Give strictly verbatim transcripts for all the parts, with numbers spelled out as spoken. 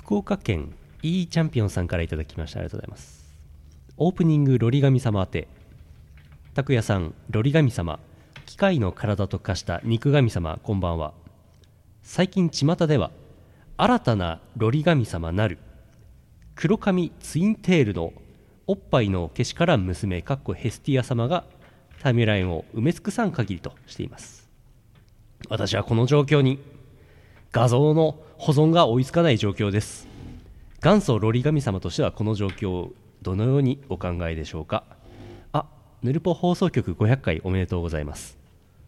福岡県 E チャンピオンさんからいただきました。ありがとうございます。オープニングロリ神様宛て。拓也さん、ロリ神様、機械の体と化した肉神様、こんばんは。最近巷では新たなロリ神様なる黒髪ツインテールのおっぱいのけしからん娘かっこヘスティア様がタイムラインを埋め尽くさん限りとしています。私はこの状況に画像の保存が追いつかない状況です。元祖ロリ神様としてはこの状況をどのようにお考えでしょうか。あ、ヌルポ放送局ごひゃっかいおめでとうございます。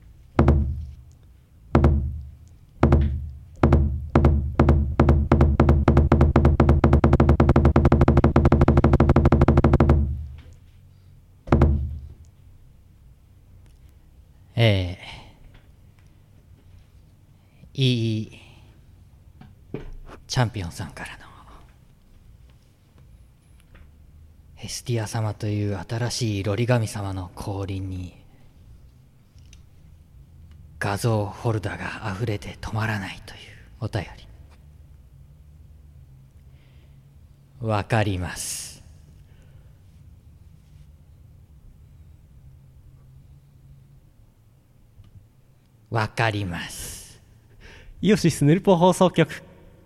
えー、いいチャンピオンさんからのヘスティア様という新しいロリ神様の降臨に画像フォルダが溢れて止まらないというお便り。わかります。わかります。 イオシスヌルポ放送局。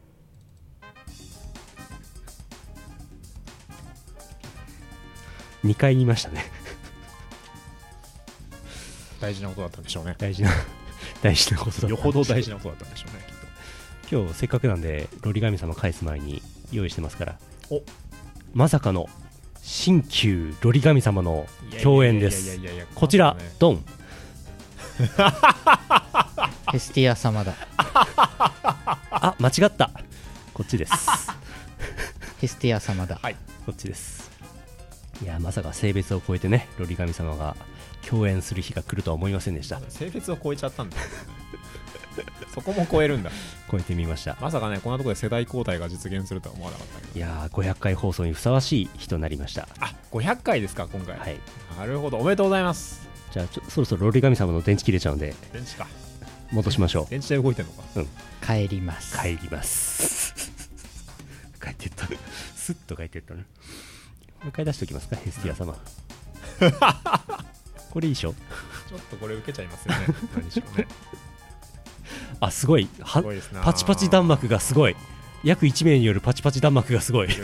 にかい言いましたね。 大事なことだったんでしょうね。 大事な大事なことだったんでしょう。 よほど大事なことだったんでしょうね、きっと。今日せっかくなんでロリ神様返す前に用意してますから。 お、 まさかの新旧ロリ神様の共演です。こちら、ドン。 ヘスティア様だ。 あ、間違った。こっちです。 ヘスティア様だ。 はい、こっちです。いや、まさか性別を超えてね、ロリ神様が共演する日が来るとは思いませんでした。 性別を超えちゃったんだ。そこも超えるんだ。 超えてみました。 まさかね、こんなところで世代交代が実現するとは思わなかったけど。 いやー、ごひゃっかい放送にふさわしい日となりました。 あ、ごひゃっかいですか、今回。 はい。 なるほど、おめでとうございます。 じゃあちょそろそろロリ神様の電池切れちゃうんで、 電池か戻しましょう。 電池で動いてんのか。 うん。 帰ります。 帰ります。帰っていった。スッと帰っていったね。もう一回出しておきますか、ヘスティア様。これいいでしょ。 ちょっとこれ受けちゃいますよね。何しろね。 あ、すごい。はすごいですな。 パチパチ弾幕がすごい。約いち名によるパチパチ弾幕がすごい。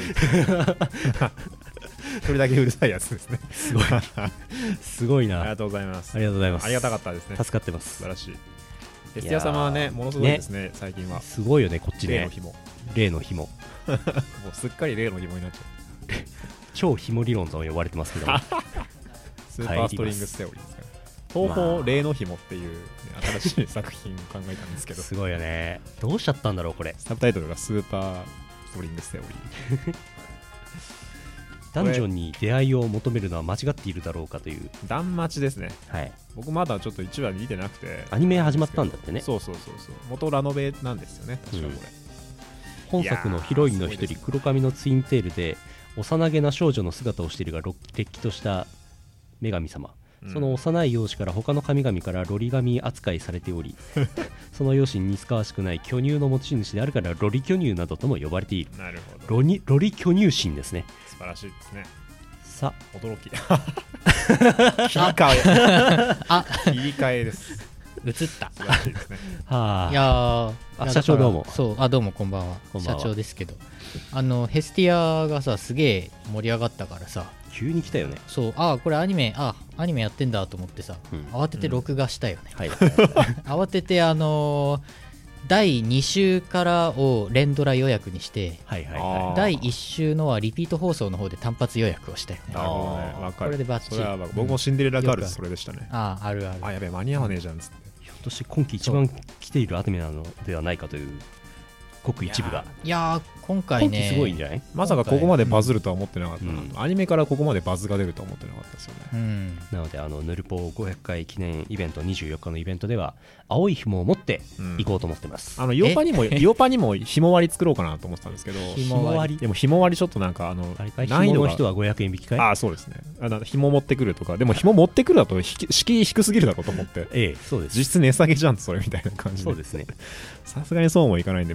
それだけうるさいやつですね。 すごい。すごいな。 ありがとうございます。 ありがとうございます。 ありがたかったですね。 助かってます。 素晴らしい。ヘスティア様はね、ものすごいですね、ね最近は。 すごいよね、こっちね。 例の紐。 例の紐。もうすっかり例の紐になっちゃう。 超紐理論と呼ばれてますけど。 スーパーストリングステオリーですから。東方例の紐っていう、ね、新しい作品を考えたんですけど。 すごいよね。どうしちゃったんだろう、これ。 サブタイトルがスーパーストリングステオリー。 ダンジョンに出会いを求めるのは間違っているだろうかという。 断待ちですね。 はい。 僕まだちょっといちわ見てなくて。 アニメ始まったんだってね。 そうそうそうそう。元ラノベなんですよね、確かこれ。うん、 本作のヒロインの一人、黒髪のツインテールで幼げな少女の姿をしているがれっきとした女神様、うん、その幼い容姿から他の神々からロリ神扱いされておりその容姿に似つかわしくない巨乳の持ち主であるからロリ巨乳などとも呼ばれている。 なるほど。 ロニロリ巨乳神ですね。 素晴らしいですね。 さあ、驚き切り替えあ切り替えです。 映った。素晴らしいですね。 はあ、いやあ、社長どうも。 そう、あ、どうもこんばんは。こんばんは。社長ですけど、あのヘスティアがさすげえ盛り上がったからさ、 急に来たよね。 そう、あ、これアニメ、あ、アニメやってんだと思ってさ、うん、慌てて録画したよね。 うん、はい。 慌ててあのー、だいに週からを連ドラ予約にして、 はいはいはい、 だいいち週のはリピート放送の方で単発予約をしたよね。 なるほどね。わかる。 これでバッチリ。 僕もシンデレラガールズそれでしたね。 ああ、あるある。 あ、やべえ、間に合わねえじゃんっつって。 ひょっとして今季一番来ているアニメなのではないかというごく一部が。 いやー、今回ね、 今季すごいんじゃない？ まさかここまでバズるとは思ってなかった、うん、アニメからここまでバズが出るとは思ってなかったですよね。 うん、 なのであのヌルポごひゃっかい記念イベントにじゅうよっかのイベントでは青い紐を持って行こうと思ってます、 うん、あのイオパにもイオパにも紐割り作ろうかなと思ってたんですけど紐割りでも紐割りちょっとなんかあの難易度の人はごひゃくえん引きかい。 ああ、そうですね。あの紐持ってくるとかでも紐持ってくるだと敷居低すぎるだろうと思ってええ、そうです。 実質値下げじゃんそれみたいな感じで。 そうですね。 さすがにそうもいかないんで難しいなと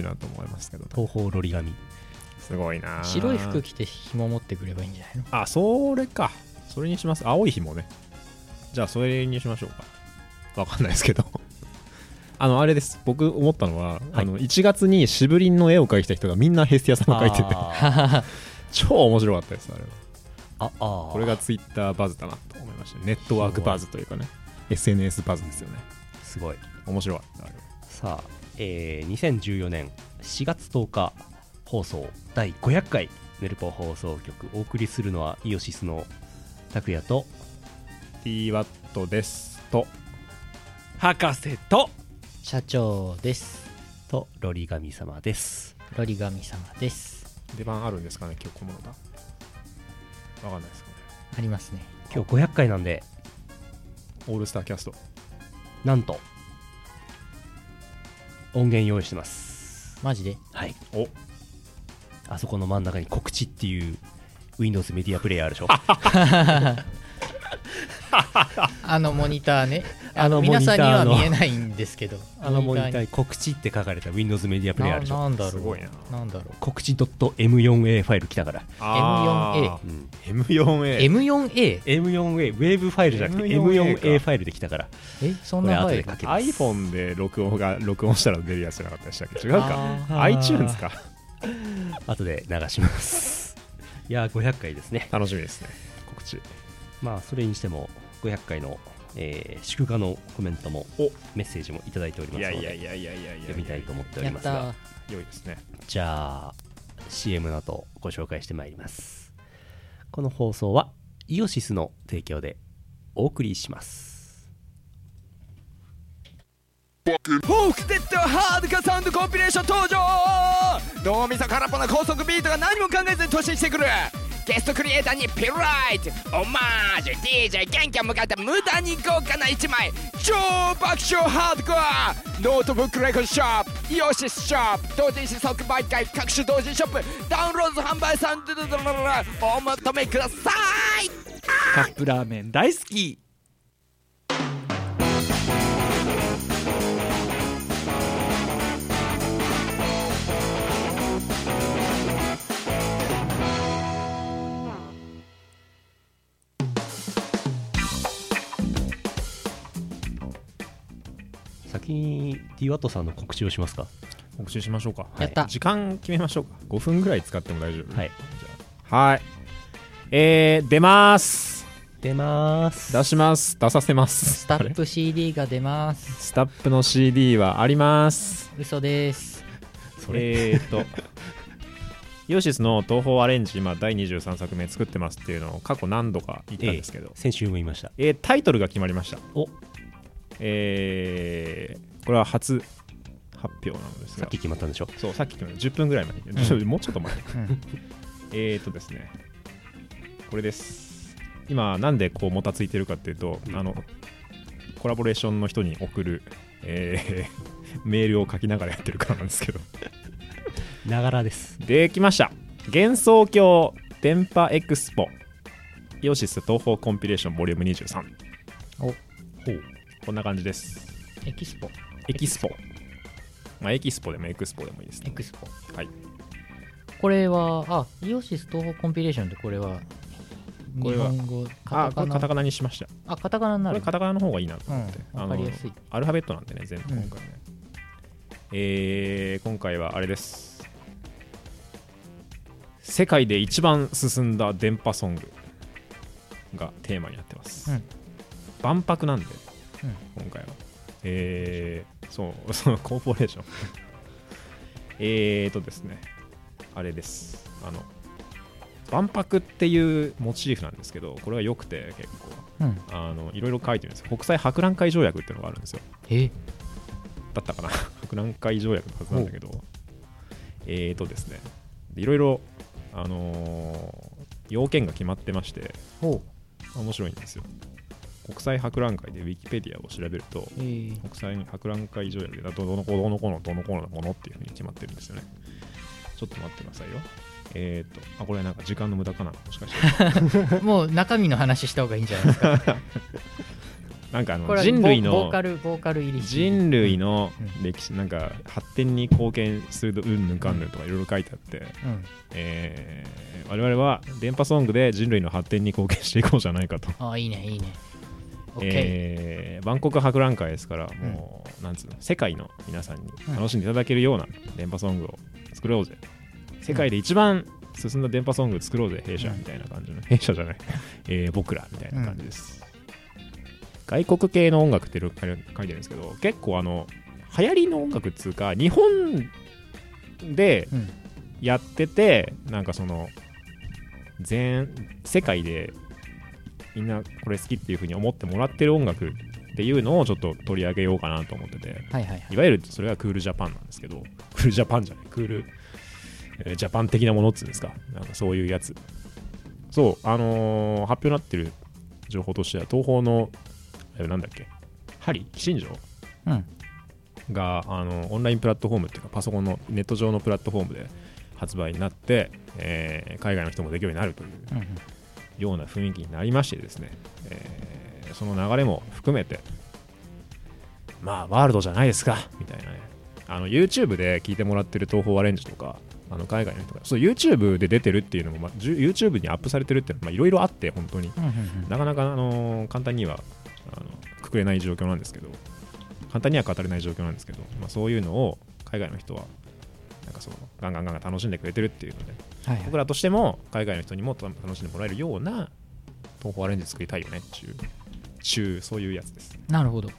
なと思いますけど、ね、 東方ロリ紙すごいな。 白い服着て紐持ってくればいいんじゃないの？ あ、それか。それにします。青い紐ね。じゃあそれにしましょうか。わかんないですけどあのあれです。僕思ったのは、はい、あのいちがつにしぶりんの絵を描いた人がみんなヘスティアさんが描いてて超面白かったです。あれはああこれがツイッターバズだなと思いました。ネットワークバズというかね、 エスエヌエス バズですよね。 すごい面白かった。あれさあ、えー、にせんじゅうよねんしがつとおか放送だいごひゃっかいメルポ放送局、お送りするのはイオシスの拓也とティーワットですと博士と社長ですとロリ神様です。 ロリ神様です。 出番あるんですかね今日。小物だわかんないですかね。 ありますね。 今日ごひゃっかいなんでオールスターキャストなんと音源用意してます。 マジで？ はい。 おあそこの真ん中に告知っていう Windows メディアプレイヤーあるでしょあのモニターね。 あのモニターの皆さんには見えないんですけど、 あのモニターに告知って書かれた Windows メディアプレイヤーあるでしょ。 ななんだろう。 すごいな。 なんだろう。 告知 エムよんエー ファイル来たから。 あーエムよんエーうん、 エムよんエーエムよんエー？ エムよんエー ウェブファイルじゃなくて エムよんエー ファイルで来たから。 え、そんなファイルこれ後で書けます。 iPhone で録音が録音したら出るやつじゃなかったでしたっけ。違うか。 あー iTunes か。 後で流しますいやーごひゃっかいですね。 楽しみですね。告知。 まあそれにしてもごひゃっかいの、えー祝賀のコメントもメッセージもいただいておりますので、 いやいやいやいやいやいや読みたいと思っておりやったますが、 ー。 良いですね。 じゃあ シーエム の後ご紹介してまいります。この放送はイオシスの提供でお送りします。 フォークテッドハードカサウンドコンピレーション登場。脳みそ空っぽな高速ビートが何も考えずに突進してくる。ゲストクリエイターにピルライトオマージュ ディージェー キャンキャン迎えた無駄に豪華ないちまい超爆笑ハードコアノートブックレコードショップイオシスショップ同人誌即売会各種同人ショップダウンロード販売さんお求めください。カップラーメン大好き。 先に ティーワット さんの告知をしますか。 告知しましょうか。 やった。 時間決めましょうか。ごふんぐらい使っても大丈夫。 はい。 じゃあはい。えー、出ます出ます出します出させますスタップ シーディー が出ます。 スタップの シーディー はあります。 嘘です。 それえーっとイオシスの東宝アレンジ今だいにじゅうさんさくめ作ってますっていうのを過去何度か言ったんですけど、 ええ先週も言いました。 えータイトルが決まりました。 おえー、これは初発表なのですが、 さっき決まったんでしょ。 そうさっき決まったじゅっぷんぐらい前に、 うんもうちょっと前うんえーとですねこれです。今なんでこうもたついてるかっていうと、 うんあのコラボレーションの人に送る、えーメールを書きながらやってるからなんですけどながらです。 できました。幻想郷電波エクスポイオシス東宝コンピレーションボリュームにじゅうさん。 お、 ほうこんな感じです。 エキスポ。 エキスポまあエキスポでもエクスポでもいいですね。 エクスポ。 はい。 これは、あ、イオシス東宝コンピレーションってこれは、 これは日本語、 あカタカナ。 これカタカナにしました。 あ、カタカナになる。 これカタカナの方がいいなとうん、 思って、 わかりやすい。 あのアルファベットなんでね全部今回ね、えー、今回はあれです。世界で一番進んだ電波ソングがテーマになってます、 うん万博なんで、 うん今回はえー、そうそのコーポレーションえーとですねあれです。あの万博っていうモチーフなんですけど、これは良くて結構うん。 あのいろいろ書いてるんですよ。国際博覧会条約っていうのがあるんですよ。 え、 だったかな博覧会条約のはずなんだけど、えーとですねいろいろあのー要件が決まってましてほ面白いんですよ。国際博覧会でウィキペディアを調べると、 う。えー、 国際博覧会条約でどの子どの子のどの子のものっていうふうに決まってるんですよね。ちょっと待ってくださいよ。えーとあこれなんか時間の無駄かなもしかしてもう中身の話した方がいいんじゃないですか。 なんかあのこれは人類ボボーのカルボーカル入りして人類のうん歴史なんか発展に貢献するうんぬんかんぬんとかいろいろ書いてあって、 うんえー我々は電波ソングで人類の発展に貢献していこうじゃないかと、 ああいいねいいね OK、 えー、万国博覧会ですからもう、なんつうの世界の皆さんに楽しんでいただけるような電波ソングを作ろうぜ、世界で一番進んだ電波ソング作ろうぜ弊社みたいな感じの、弊社じゃない、えー僕らみたいな感じです、外国系の音楽って書いてるんですけど、結構あの流行りの音楽っつうか日本でうんやってて、なんかその全世界でみんなこれ好きっていう風に思ってもらってる音楽っていうのをちょっと取り上げようかなと思ってて、 はいはいはいいわゆるそれがクールジャパンなんですけど、クールジャパンじゃないクール、えージャパン的なものっつうんですか、なんかそういうやつ。そうあのー発表になってる情報としては東宝のえーなんだっけハリ新庄うんがあのオンラインプラットフォームっていうかパソコンのネット上のプラットフォームで発売になって、えー海外の人もできるようになるといううんうんような雰囲気になりましてですね、えーその流れも含めてまあワールドじゃないですかみたいなね、あの YouTube で聞いてもらってる東宝アレンジとかあの海外の人がそう YouTube で出てるっていうのも、まあ、じゅ YouTube にアップされてるっていうのはいろいろあって本当にうんうんうんなかなか、あのー簡単にはあのくくれない状況なんですけど、簡単には語れない状況なんですけど、まあ、そういうのを海外の人はなんかそのガンガンガンガン楽しんでくれてるっていうので、 はいはい僕らとしても海外の人にも楽しんでもらえるような東宝アレンジ作りたいよねっていう中そういうやつです。 なるほど、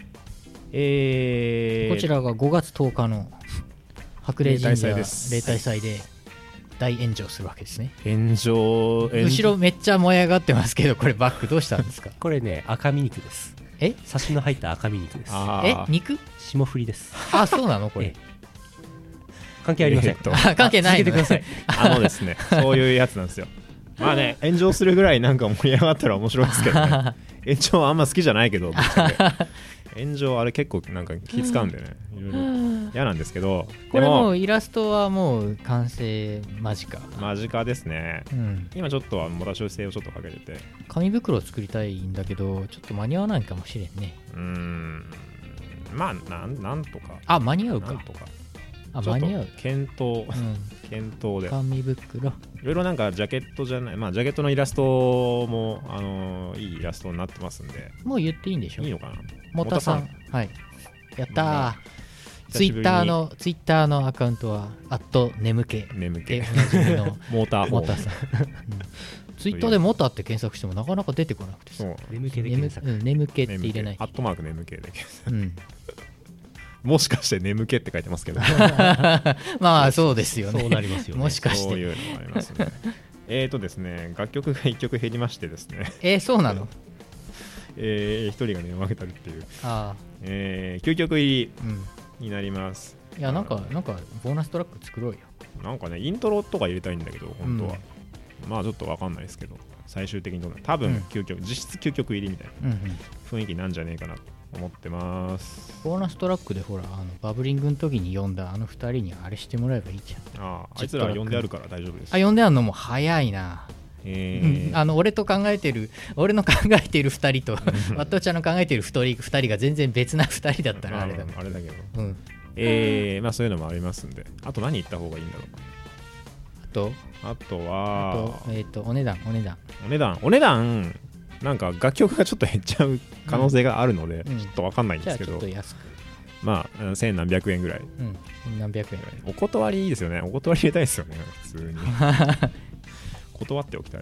えー、 こちらがごがつとおかの白麗神社例大祭です例大祭で大炎上するわけですね、 炎上炎後ろめっちゃ燃え上がってますけど、これバックどうしたんですかこれね赤身肉です。 えサシの入った赤身肉です。 えあー肉霜降りです。 あそうなのこれえ関係ありません、 えーっとあ関係ないの続けてください。 あのですねそういうやつなんですよ。まあね炎上するぐらいなんか盛り上がったら面白いですけどね炎上はあんま好きじゃないけどぶっちゃけ炎上あれ結構なんか気使うんでねいろいろ嫌なんですけど、 これもでもうイラストはもう完成間近、 間近ですね。 うん、 今ちょっとはもたし性をちょっとかけてて紙袋を作りたいんだけどちょっと間に合わないかもしれんね。 うーんまあなんなんとかあ間に合うかなんとかあちょっと間に合う、 検討うん、 検討で紙袋いろいろなんかジャケットじゃないまあジャケットのイラストもあのーいいイラストになってますんでもう言っていいんでしょいいのかな。 もたさんもはいやったー、 久しぶりにツイッターのツイッターのアカウントはアット眠気眠気でおなじみのモーターホームモタさん、うん、ツイッターでモタって検索してもなかなか出てこなくてさそう眠気で眠検索。 うん眠気って入れないアットマーク眠気でうんもしかして眠気って書いてますけどまあそうですよねそうなりますよねもしかしてそういうのがありますねえーとですね楽曲がいっきょく減りましてですねえー、そうなのえー、ひとりがね負けたるっていう、 あえー、きゅうきょく入りあうんになります。 いやなんかなんかボーナストラック作ろうよなんかねイントロとか入れたいんだけど本当は、まあちょっとわかんないですけど最終的にどうなる多分うんきゅうきょく、実質きゅうきょく入りみたいなうんうん雰囲気なんじゃねえかなと思ってます。 ボーナストラックでほらあのバブリングの時に読んだあの二人にあれしてもらえばいいじゃん。 あああいつらは呼んであるから大丈夫です。 あ読んであんのも早いな、 えー、 あの俺と考えてる俺の考えている二人とワットちゃんの考えている二人二人が全然別な二人だったらあれだまああれだけど、 うんえー、まあそういうのもありますんで、あと何言った方がいいんだろう。 あとあとあはとえっ、とお値段お値段お値段お値段なんか楽曲がちょっと減っちゃう可能性があるので、 うんちょっとわかんないんじゃあちですけど、 ょっと安くまあ千何百円ぐらい。 うん何百円お断りいいですよね。お断り入れたいですよね。普通に断っておきたい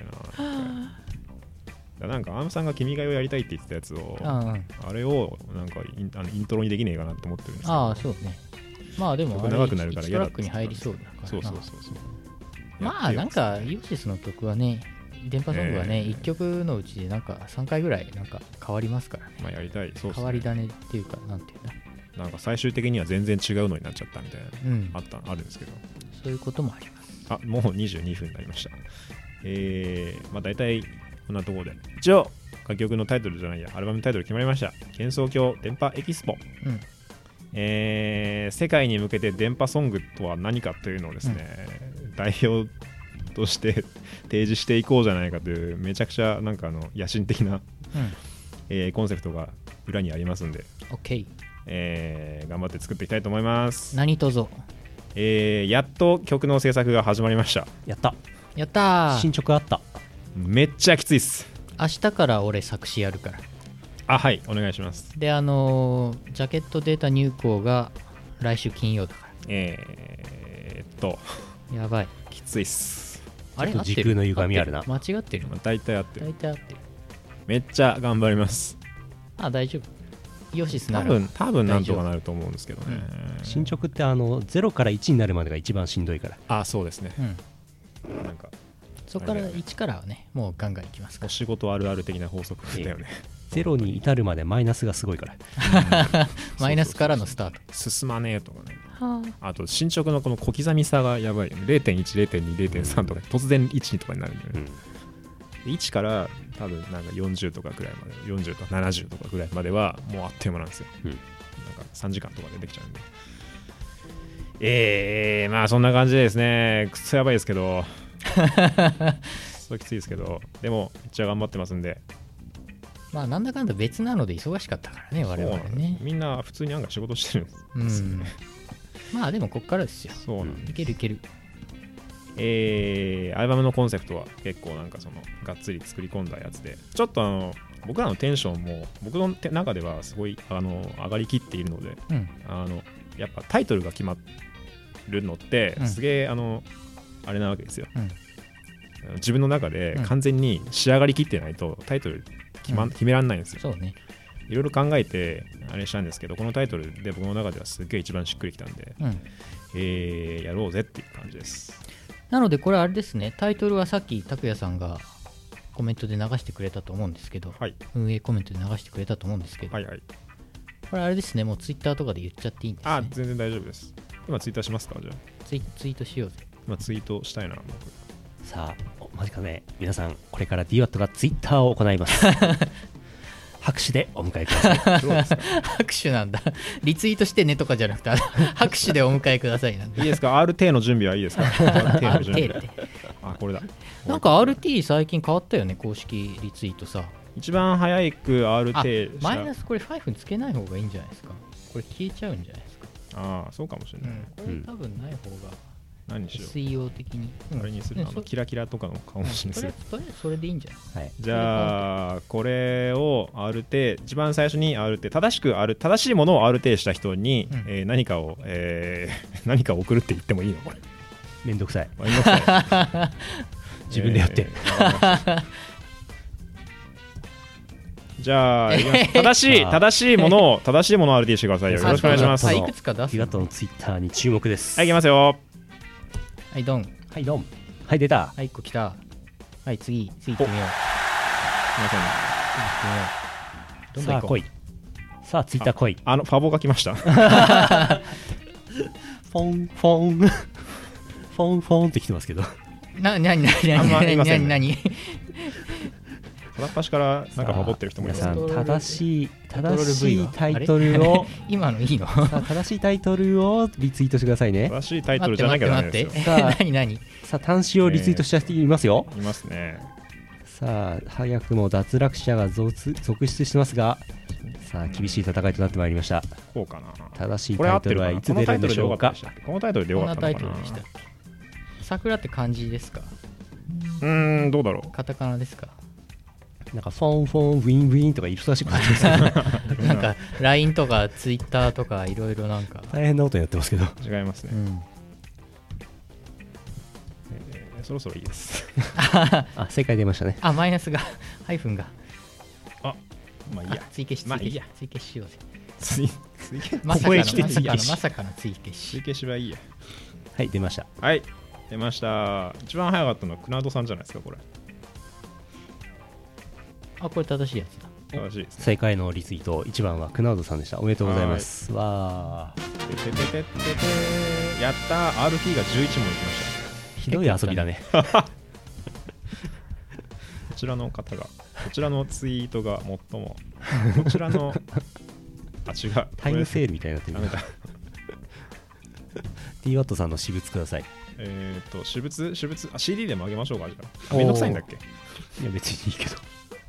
な。なんかアームさんが君が代をやりたいって言ってたやつをあああれをなんかインあのイントロにできねえかなと思ってるんですけど、 ああそうねまあでもあれ曲長くなるからいち嫌だトラックに入りそうだからなそうそうそうそう。 まあなんかイオシスの曲はね電波ソングはね、 えーいっきょくのうちでなんかさんかいぐらいなんか変わりますからねまあやりたい。そうですね変わり種っていうかなんていうんだなんか最終的には全然違うのになっちゃったみたいな、 うんあったあるんですけど、 そういうこともありますあもうにじゅうにふんになりました。えー、まあ大体こんなところで一応楽曲のタイトルじゃないやアルバムタイトル決まりました。幻想郷電波エキスポ、 うんえー世界に向けて電波ソングとは何かというのをですね、代表として提示していこうじゃないかというめちゃくちゃなんかあの野心的なうんえーコンセプトが裏にありますんで、 OK。 えー頑張って作っていきたいと思います。 何とぞ。 えーやっと曲の制作が始まりました。 やった。 やったー。 進捗あった。 めっちゃきついっす。 明日から俺作詞やるから。 あ、はい、お願いします。 で、あのージャケットデータ入稿が来週金曜だかえーっとら。やばい。 きついっす。 あれちょっと時空の歪みあるな。 合ってる間違ってる。 まあ、大体あってる。 大体合ってる。 めっちゃ頑張ります。 あ、大丈夫。イオシスなら。 多分多分なんとかなると思うんですけどね。 進捗ってあのゼロからいちになるまでが一番しんどいから。 あ、そうですね。 うん。 なんかそこからいちからはね、もうガンガンいきますかお仕事あるある的な法則だよね。 ゼロに至るまでマイナスがすごいから。 ら。マイナスからのスタート。 進まねえとかね。 はあと進捗のこの小刻みさがやばいよね。 れいてんいち、れいてんに、れいてんさん とか突然いちにとかになるんだよね。でいちから多分なんかよんじゅうとかぐらいまで、よんじゅうとかななじゅうとかぐらいまではもうあっという間なんですよ。 うんなんかさんじかんとかでできちゃうんで。えー、まあそんな感じでですね。くっそやばいですけどそうきついですけど、でもめっちゃ頑張ってますんで。 まあなんだかんだ別なので忙しかったからね、我々ね。 みんな普通になんか仕事してるんですよね。 うん。まあでもこっからですよ。 そうなんです。 いけるいける。 えー、アルバムのコンセプトは結構なんかそのがっつり作り込んだやつで、ちょっとあの僕らのテンションも僕の中ではすごいあの上がりきっているので、 うん。 あのやっぱタイトルが決まるのってうんすげえあのあれなわけですよ。 うん。 自分の中で完全に仕上がりきってないとタイトル決,、まうん決められないんですよ。 そうね。 いろいろ考えてあれしたんですけど、このタイトルで僕の中ではすげえ一番しっくりきたんで、 うん。 えー、やろうぜっていう感じです。 なのでこれあれですね、タイトルはさっき拓也さんがコメントで流してくれたと思うんですけど、 はい運営コメントで流してくれたと思うんですけど、 はいはい。 これあれですね、もうツイッターとかで言っちゃっていいんですね。 あ、全然大丈夫です。今ツイッターしますか？じゃあツイツイートしようぜ。 今ツイートしたいな僕。 さあ、おマジかね。皆さん、これから ディーワット がツイッターを行います。拍手でお迎えください。 どうですか？ 拍手なんだ。リツイートしてねとかじゃなくて、あの拍手でお迎えくださいなんだ。 いいですか？ アールティー の準備はいいですか？ アールティー の準アールティー備。 って。 あ、これだ。 なんか アールティー 最近変わったよね、公式リツイートさ。 一番早く アールテあ、 ィー した。 マイナスこれごつけない方がいいんじゃないですか。これ消えちゃうんじゃないですか。 ああ、そうかもしれない。 これ多分ない方が何にしよエスイーオー 的に。 う。あれにする。あのキラキラとかの顔文字にするとりあえ。ずとりあえずそれでいいんじゃない？ はい。 じゃあこれを アールティー、一番最初に アールティー、正しくある正しいものを アールティー した人に、 うんえー何かを、えー何かを送るって言ってもいいのこれ。 めんどくさい。 めんどくさい自分でやって。 えーわかりましたじゃあ、いきます正しいあー正しいものを正しいものを アールティー してくださいよ。よろしくお願いします。はい、 さあいくつか出すディーワットのツイッターに注目です。 いきますよ。 はい、ドン。 はい、どん。はい、出た。 はい、いっこ来た。はい、次、次行ってみよう。 すいません。 次行ってみよう。どんどんさあ、 行こう。 来い。さあ、ツイッター来い。 あのファボが来ました。 フォン、フォン。フォン、フォンって来てますけど。 な、なになになあんになにまいませねなんになに片っ端からなんかファボってる人もい皆ますさん、正しい、 トロール正し V いはタイトルを、 今のいいのさあ正しいタイトルをリツイートしてくださいね。 正しいタイトルじゃなきゃダメですよ。 待ってさあ待って。なになにさあ、端子をリツイートした人いますよ。 いますね。 さあ、早くも脱落者が続続出してますが、さあ、厳しい戦いとなってまいりました。 こうかな。 正しいこれ合タイトってるかな。 ルはいつ出るんでしょうか。 このタイトルでよこんなかったのかな。 タイトルでした。桜って漢字ですか？ うーん、どうだろう。 カタカナですか？ なんか、フォンフォン、ウィンウィンとかいるらしくなってますけどなんか ライン とか ツイッター とかいろいろなんか。 大変なことになってますけど。 違いますね。 うん。 えーそろそろいいです。 あ、正解出ましたね。 あ、マイナスが、ハイフンが。 あ、まあいいやあ。追消し、追消しまあいいや、 追消ししようぜ。 追追消まさかの、 ここへ来てまさかの、 追消しまさかの追消し追。消しはいいや。 はい、出ました。 はい。出ました。一番早かったのはクナウドさんじゃないですか、これ。 あ、これ正しいやつだ。 正しいですね。 正解のリツイート、いちばんはクナウドさんでした。おめでとうございます。わー。 ててててててやったー。アールティー がじゅういち問いきましひどい遊びだね。 た。こちらの方が、こちらのツイートが最も、こちらの、あ、違う。 タイムセール。 ルみたいになってるダメ。だ。 ディーワットさんの私物ください。 えっと、私物、私物、あ、シーディー でもあげましょうか、じゃあ。 おーめんどくさいんだっけ？ いや、別にいいけど。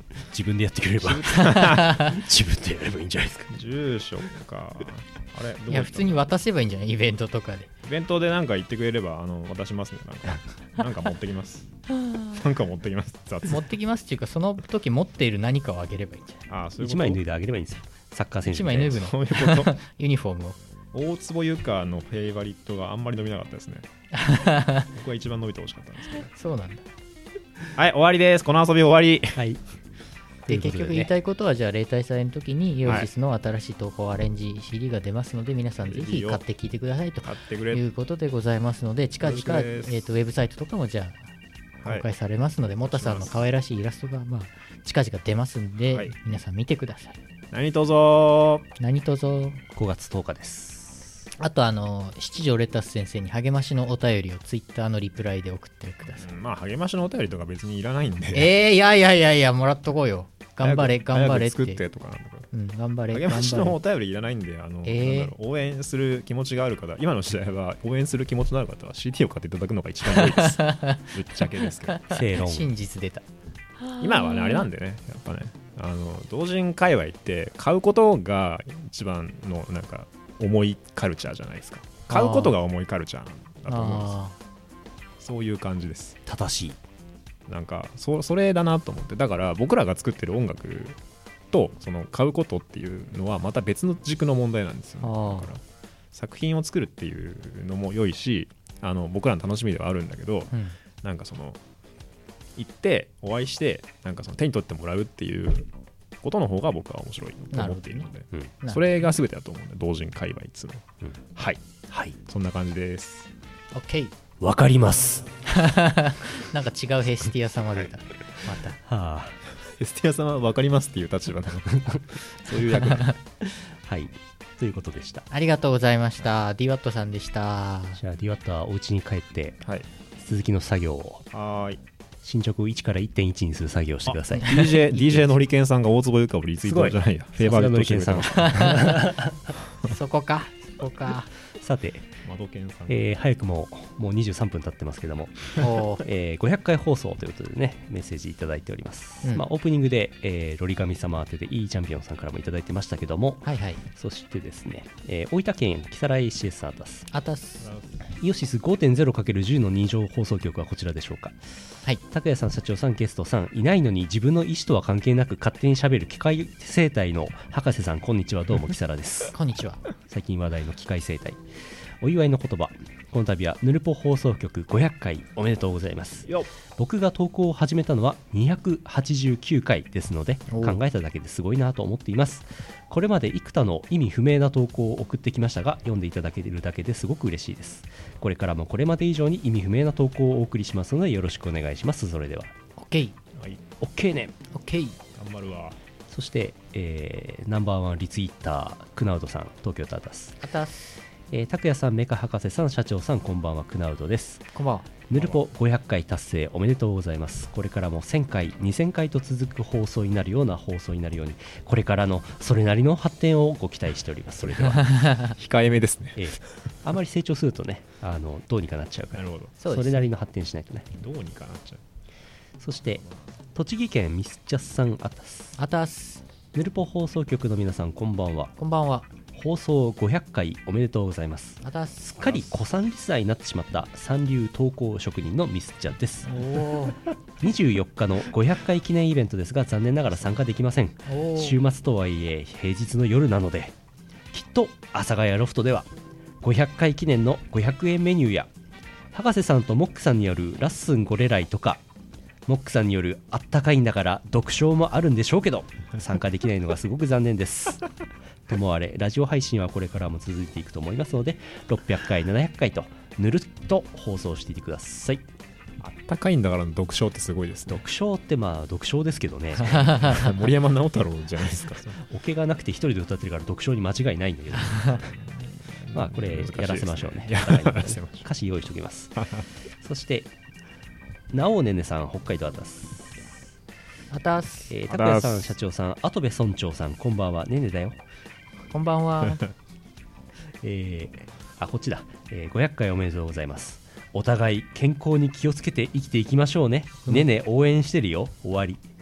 自分でやってくれれば自分でやればいいんじゃないですか。 住所かあれどこいや普通に渡せばいいんじゃない、イベントとかで。 イベントでなんか言ってくれればあの渡しますね。なんかなんか持ってきますなんか持ってきます。雑持ってきますっていうか、その時持っている何かをあげればいいんじゃない。 ああそういうこと。 いちまい脱いであげればいいんですよ、サッカー選手いちまい脱ぐのそういうことユニフォームを。 大坪由香のフェイバリットがあんまり伸びなかったですね僕は一番伸びてほしかったんですけどそうなんだ。 はい終わりです。この遊び終わり。 はいで結局言いたいいことは、じゃあ例大祭の時にイオシスの新しい東宝アレンジ シーディー が出ますので、皆さんぜひ買って聴いてくださいと買ってくれ。 いうことでございますので、近々、 よろしくですえーとウェブサイトとかもじゃあ公開されますので、モタさんの可愛らしいイラストがまあ近々出ますんで、 はい皆さん見てください。 何卒よ何卒。 ごがつとおかです。 あとあの七条レタス先生に励ましのお便りをツイッターのリプライで送ってください。 まあ励ましのお便りとか別にいらないんでえー、いやいやいやいや、もらっとこうよ。頑張れ頑張れって。 早く作ってとかなんだからうん、頑張れ励ましのお頑張れ。 便りいらないんで、あの、 えーなんだろう応援する気持ちがある方、今の時代は応援する気持ちのある方は シーディー を買っていただくのが一番良いですぶっちゃけですけど正論。 真実出た。 今はねあれなんでね、やっぱねあの同人界隈って買うことが一番のなんか重いカルチャーじゃないですか。買うことが重いカルチャーだと思うんです。 あそういう感じです。 正しい。 なんか そ, それだなと思って、だから僕らが作ってる音楽とその買うことっていうのはまた別の軸の問題なんですよ、ね、 あーだから作品を作るっていうのも良いし、あの僕らの楽しみではあるんだけど、 ーうんなんかその行ってお会いしてなんかその手に取ってもらうっていうことの方が僕は面白いと思っているので、 うんなるほどそれが全てだと思うんで、同人界隈っつうのは、 うんはいはいそんな感じです。 オッケー。 わかります。 なんか違うヘスティア様出た。また。 はあエスティアさんは分かりますっていう立場なのそういう役はいということでした。 ありがとうございました。ディワットさんでした。 じゃあ ディワットはお家に帰ってはい続きの作業をはーい進捗いちから いってんいち にする作業をしてください。 ディージェー ディージェー のりけんさんが大坪由香をリツイートじゃないやフェイバーリットしてくれてましたそこか。そこか。 さて、 窓犬さん、 えー早くももうにじゅうさんぷん経ってますけども、 おーえーごひゃっかい放送ということでねメッセージいただいております、 うんまあ、オープニングで、えーロリ神様宛てでいいチャンピオンさんからもいただいてましたけども、 はいはい。 そしてですね、えー大分県木更井 シーエス アータスあたす。 イオシス ごてんゼロかけるじゅう のに乗放送局はこちらでしょうか。 はい。 拓也さん、社長さん、ゲストさんいないのに自分の意思とは関係なく勝手にしゃべる機械生態の博士さん、こんにちは。どうも木更ですこんにちは。 最近話題の機械生態、お祝いの言葉、この度はヌルポ放送局ごひゃっかいおめでとうございます。 よっ僕が投稿を始めたのはにひゃくはちじゅうきゅうかいですので、 お考えただけですごいなと思っています。これまで幾多の意味不明な投稿を送ってきましたが、読んでいただけるだけですごく嬉しいです。これからもこれまで以上に意味不明な投稿をお送りしますのでよろしくお願いします。それではオッケー。 はい OK ね。 オッケー。 頑張るわ。 そして、えーナンバーワンリツイッタークナウドさん、東京タータス、 あたす。 えー、拓也さん、メカ博士さん、社長さん、こんばんは。クナウドです。 こんばんは。 ヌルポごひゃっかい達成おめでとうございます。これからもせんかい、にせんかいと続く放送になるような放送になるように、これからのそれなりの発展をご期待しております。それでは、 控えめですね。 えーあまり成長するとね、あのどうにかなっちゃうから、 なるほど。 そうですそれなりの発展しないとね。 どうにかなっちゃう。 そして栃木県ミスチャスさんあたす、 あたす。 ヌルポ放送局の皆さん、こんばんは。 こんばんは。 放送ごひゃっかいおめでとうございます。 あたす。 すっかり古参リスナーになってしまった三流投稿職人のミスチャです。 おー。 にじゅうよっかのごひゃっかい記念イベントですが、残念ながら参加できません。 おー。 週末とはいえ平日の夜なので、きっと阿佐ヶ谷ロフトではごひゃっかい記念のごひゃくえんメニューや博士さんとモックさんによるラッスンゴレライとか、モックさんによるあったかいんだから読書もあるんでしょうけど、参加できないのがすごく残念です。ともあれ、ラジオ配信はこれからも続いていくと思いますので、ろっぴゃっかいななひゃっかいとぬるっと放送していてください。 あったかいんだからの読書ってすごいですね。 読書ってまあ読書ですけどね森山直太朗じゃないですか。 オケがなくて一人で歌ってるから読書に間違いないんだけどまあこれやらせましょうね。 やお互いにらせましょう。 歌詞用意しておきますそしてなおねねさん、北海道あたす、 あたす。 えー、 あたす拓也さん、社長さん、跡部村長さん、こんばんは。ねねだよ。 こんばんは。 えー、あこっちだ、えー、ごひゃっかいおめでとうございます。お互い健康に気をつけて生きていきましょうね。ねね応援してるよ。終わり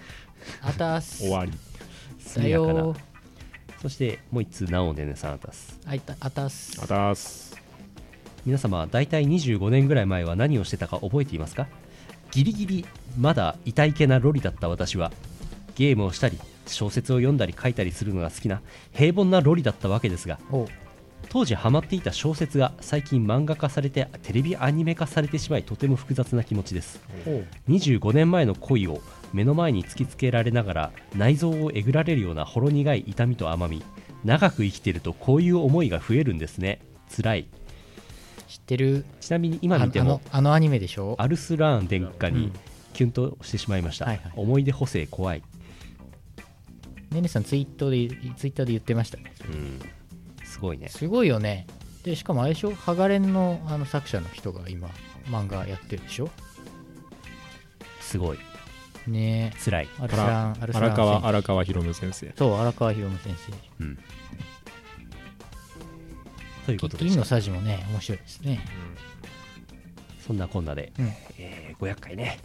あたす終わり。 だよー。 そしてもう一通ナオンでねさんあたす。 あいたあたす。 あたす。 皆様だいたいにじゅうごねんぐらい前は何をしてたか覚えていますか？ギリギリまだ痛いけなロリだった私はゲームをしたり小説を読んだり書いたりするのが好きな平凡なロリだったわけですが、 おう当時ハマっていた小説が最近漫画化されてテレビアニメ化されてしまいとても複雑な気持ちです。 おうにじゅうごねんまえの恋を目の前に突きつけられながら内臓をえぐられるようなほろ苦い痛みと甘み、長く生きてるとこういう思いが増えるんですね。辛い。 知ってる。 ちなみに今見てあものあのアニメでしょ。 アルスラーン殿下にうんキュンとしてしまいました、 はいはい思い出補正怖い。 ねねさんツイートでツイッターで言ってましたね。 うんすごいね。 すごいよね。でしかもあれでしょ、ハガレンのあの作者の人が今漫画やってるでしょ。 すごいねえ。 辛い。 アルスランアルスラン荒川先生荒川博夢先生。 そう荒川博夢先生。 うんということで銀のした。 さじもね面白いですね。 そんなこんなで、 うんえーごひゃっかいね。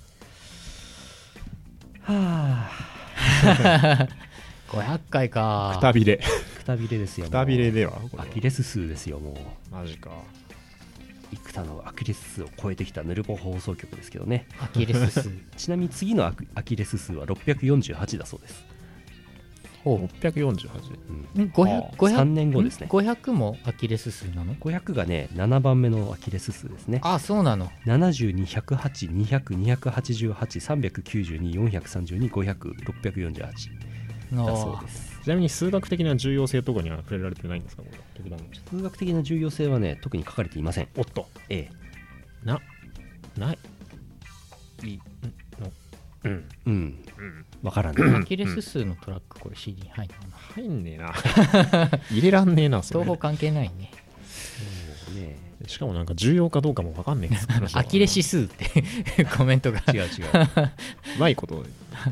はあごひゃっかいか。 くたびれ。 くたびれですよ。 くたびれではこれはアキレス数ですよ。もうマジか。 幾多のアキレス数を超えてきたヌルポ放送局ですけどね。 アキレス数。 ちなみに次のアクアキレス数はろっぴゃくよんじゅうはちだそうです。 ほろっぴゃくよんじゅうはち。 うんう。ごひゃく、ごひゃくさんねんごですね。 ごひゃくもアキレス数なの？ ごひゃくがねななばんめのアキレス数ですね。 あ、そうなの。 ななじゅうに、ひゃくはち、にひゃく、にひゃくはちじゅうはち、さんびゃくきゅうじゅうに、よんひゃくさんじゅうに、ごひゃく、ろっぴゃくよんじゅうはちだそうです。 ちなみに数学的な重要性とかには触れられてないんですかこれ。特段数学的な重要性はね特に書かれていません。 おっと。 えなないいのうんえうんうんわからないアキレス数のトラックこれ シーディー 入るのかな。 入んねえな入れらんねえなそれ東宝関係ないね。 そうねしかもなんか重要かどうかも分かんねえです話はアキレ指数ってコメントが違う違ううまいこと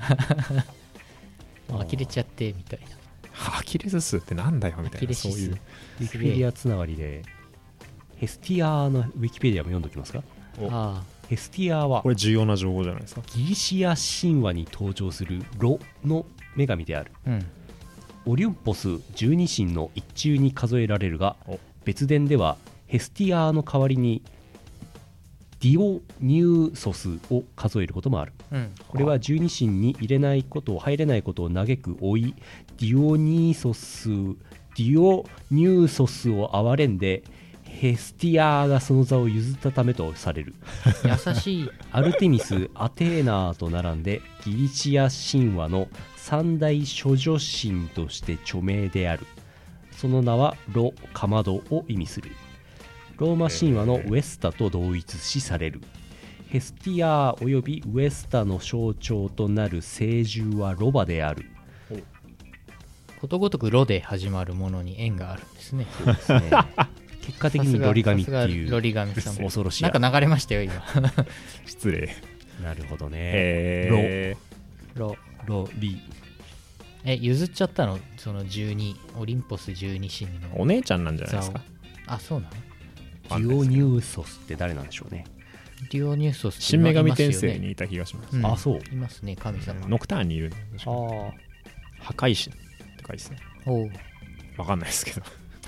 呆れちゃってみたいな。 アキレス数ってなんだよみたいアキレシスなそういうウィキペディアつながりでヘスティアのウィキペディアも読んどきますか。 おあヘスティアはこれ重要な情報じゃないですか。 ギリシア神話に登場するロの女神である。 あ、うん。 オリュンポス十二神の一中に数えられるがお別伝ではヘスティアの代わりにディオニューソスを数えることもある。 うん。 これは十二神に入れないことを入れないことを嘆く老いディオニーソスディオニューソスを憐れんでヘスティアがその座を譲ったためとされる。 優しい。 アルテミスアテーナーと並んでギリシア神話の三大処女神として著名である。その名はロ・かまどを意味する。ローマ神話のウエスタと同一視される。ヘスティアおよびウエスタの象徴となる聖獣はロバである。 ことごとくロで始まるものに縁があるんですね。 そうですね結果的にロリ神ってさすがロいうリ神さんも恐ろしい。 なんか流れましたよ今。 失礼なるほどね。 へロロリえ譲っちゃったのそのじゅうにオリンポスじゅうに神ーのお姉ちゃんなんじゃないで座をすか。 あそうなの。 ディオニューソスって誰なんでしょうね。 ディオニューソスって新女神転いますよね生にいた気がします。 うんあそういますね神様。 ノクターンにいる確かあ破壊神って書いてですね。 おうわかんないですけど。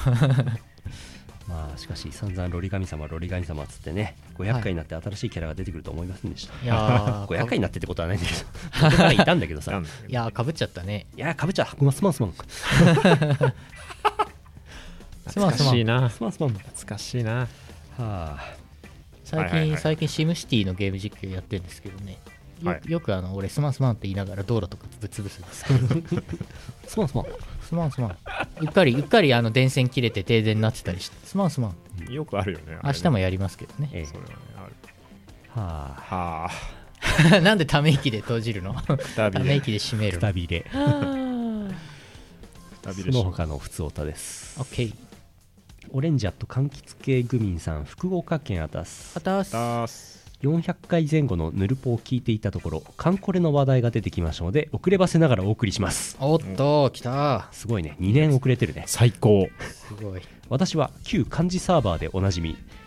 まあしかし散々ロリ神様ロリ神様っつってねごひゃっかいになって新しいキャラが出てくると思いませんでした。 いやごひゃっかいーになってってことはないんだけど元からいたんだけどさなんだけどいやーかぶっちゃったね。 いやかぶっちゃうすまんすまん懐かしいな。 すまんすまんは懐かしいな。 あ最はいはいはい近最近シムシティのゲーム実況やってるんですけどねよ,、 はいよくあの俺スマンスマンって言いながら道路とかぶっ潰すんですけどすまんすまんスマンスマンうっかりうっかりあの電線切れて停電になってたりしてスマンスマンよくあるよね。 明日もやりますけどね。 ええそれはねある。 はあはあ。 なんでため息で閉じるのくたびれ。 ため息で締めるのくたびれくたびそれし。 の他の普通歌です。 オッケーオレンジャット柑橘系グミンさん福岡県あたすあたすだーす。 よんひゃっかいぜん後のヌルポを聞いていたところカンコレの話題が出てきましたので遅ればせながらお送りします。 おっと来たすごいねにねん遅れてるね。 最高。 すごい私は旧漢字サーバーでおなじみ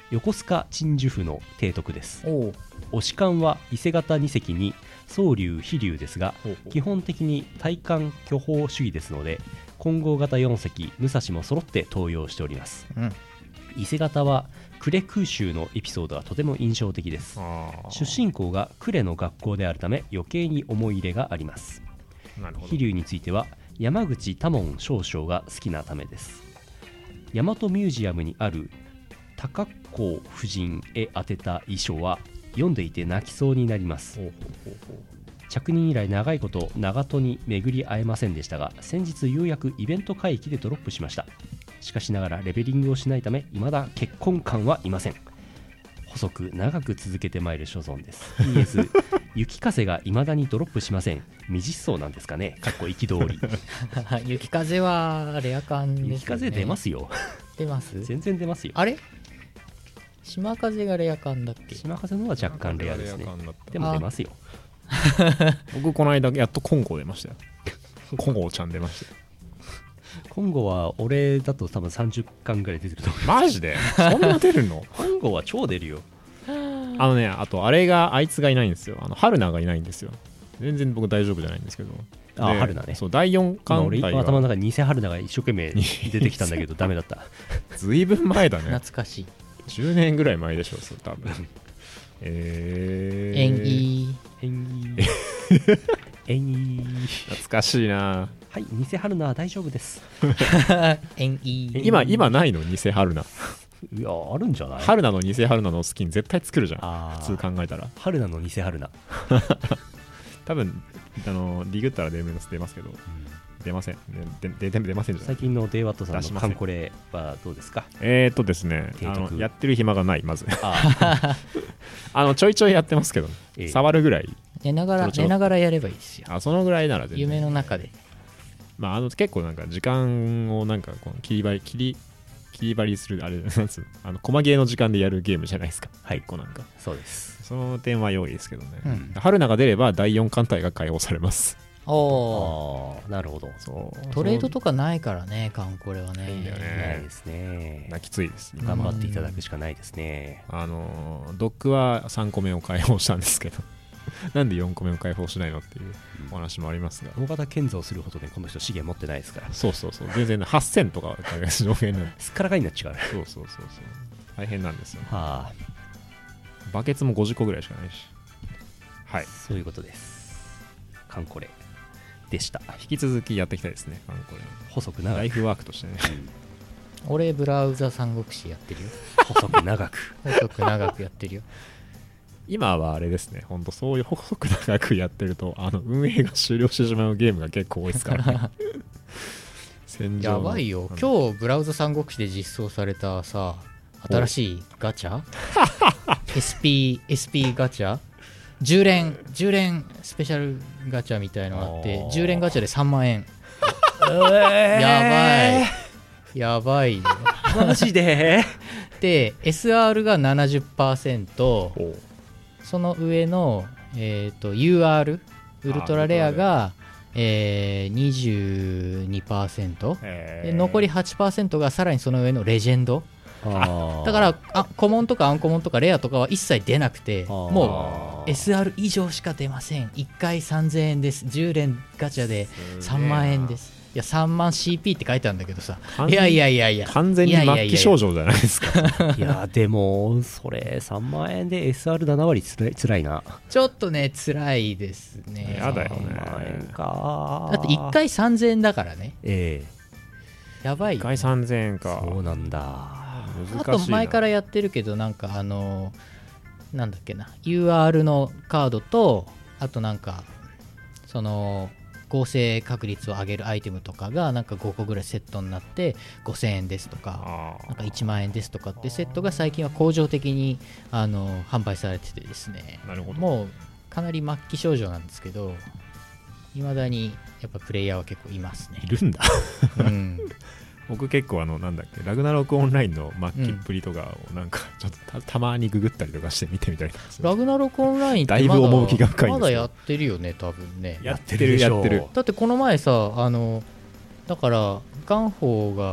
横須賀鎮守府の提督です。 おう押し艦は伊勢型に隻に宗龍飛龍ですが、 ほうほう基本的に対艦巨砲主義ですので金剛型よん隻武蔵も揃って登用しております。 うん伊勢型は呉空襲のエピソードがとても印象的です。 あー出身校が呉の学校であるため余計に思い入れがあります。 なるほど。 飛龍については山口多聞少将が好きなためです。大和ミュージアムにある高子夫人へ宛てた遺書は読んでいて泣きそうになります。 ほうほうほうほう。 着任以来長いこと長門に巡り会えませんでしたが、先日ようやくイベント会議でドロップしました。しかしながらレベリングをしないため未だ結婚感はいません。細く長く続けてまいる所存です。 ピーエス 雪風が未だにドロップしません。未実装なんですかね、かっこ憤り。 雪風はレア感ですよね。 雪風出ますよ。 出ます全然出ますよ。 あれ島風がレア感だっけ。 島風のは若干レアですね。でも出ますよ。 僕この間やっと金剛出ましたよ。金剛ちゃん出ましたよ。 今後は俺だと多分さんじゅっかんぐらい出てると思う。 マジでそんな出るの？ 今後は超出るよ。 あのね、あとあれがあいつがいないんですよ。あの春菜がいないんですよ。全然僕大丈夫じゃないんですけど。 あで春菜ね。 そうだいよん今俺艦隊が今頭の中に偽春菜が一生懸命出てきたんだけどダメだった。 ずいぶん前だね。 懐かしい。 じゅうねんぐらい前でしょ、それ多分。えー、 縁起縁起縁起。 懐かしいな。 はい、偽春菜は大丈夫です。 縁起今今ないの偽春菜。 いやあるんじゃない。 春菜の偽春菜のスキン絶対作るじゃん。 あ普通考えたら。 春菜の偽春菜。 多分あのリグったら出ますけど、出ません。ででで出ませんじゃない最近のデイワットさん出しませんのカンコレはどうですか。 えーっとですね、 提督あのやってる暇がない、まず。 ああのちょいちょいやってますけど、 ええ触るぐらい。 寝ながらちょろちょろ寝ながらやればいいですよ。 あそのぐらいなら全然。 夢の中で。 まあ、あの結構なんか時間をなんかこの切り張り切り切り張りするあれなんつうの、あの細ゲーの時間でやるゲームじゃないですか。 はい、 こうなんかそうです。 その点は良いですけどね。 うん春菜が出ればだいよん艦隊が解放されます。 おお。 ああなるほど。 そうトレードとかないからね、カンコレはね。 いいんだよねないですね。 なきついですね。 頑張っていただくしかないですね。 あのドックはさんこめを解放したんですけどなんでよんこめを解放しないのっていうお話もありますが、 大型建造するほどねこの人資源持ってないですから、 そうそうそう、全然はっせんとか上限なんで、 すっからかになっちゃう。 そうそうそうそう、大変なんですよ。 はあ、 バケツもごじゅっこぐらいしかないし。はい、 そういうことです。カンコレでした。 引き続きやっていきたいですね、これ細く長く、 ライフワークとしてね。 俺ブラウザ三国志やってるよ。 細く長く細く長くやってるよ。 今はあれですね、ほんとそういう細く長くやってると、あの運営が終了してしまうゲームが結構多いですからね。戦場のやばいよ。 うん今日ブラウザ三国志で実装されたさ、新しいガチャエスピー、エスピー ガチャじゅう連、じゅう連スペシャルガチャみたいのがあってあー、 じゅう連ガチャでさんまんえん。やばい。やばいよ。 マジでで、エスアール が ななじゅっパーセント、 おうその上の、えー、と ユーアール ウルトラレアが、えー、にじゅうにパーセント、 へーで残り はちパーセント がさらにその上のレジェンドあだからあコモンとかアンコモンとかレアとかは一切出なくてあーもう エスアール 以上しか出ません。いっかいさんぜんえんです。じゅう連ガチャでさんまんえんです。いやさんまん シーピー って書いてあるんだけどさ、 完いやいやいやいや完全に末期症状じゃないですか。 いやでもそれさんまんえんで エスアールなな 割つらいつらいな。 ちょっとね辛いですね。 やだよねさんまんえんか。 だっていっかいさんぜんえんだからね。 えやばいいっかいさんぜんえんえか。 そうなんだ。 あ難しいな。 と前からやってるけどなんかあのなんだっけな ユーアール のカードとあとなんかその合成確率を上げるアイテムとかがなんかごこぐらいセットになってごせんえんですとかあーなんかいちまんえんですとかってセットが最近は恒常的にあの販売されててですね、 なるほど。 もうかなり末期症状なんですけどいまだにやっぱプレイヤーは結構いますねい。るんだ。 うん僕結構あのなんだっけラグナロクオンラインの末期っぷりとかをなんかちょっと た, たまにググったりとかして見てみたりとかする。 ラグナロクオンラインってだいぶまだ趣が深いんですよまだやってるよね多分ね。 やってるやってる。 だってこの前さあのだからガンホーが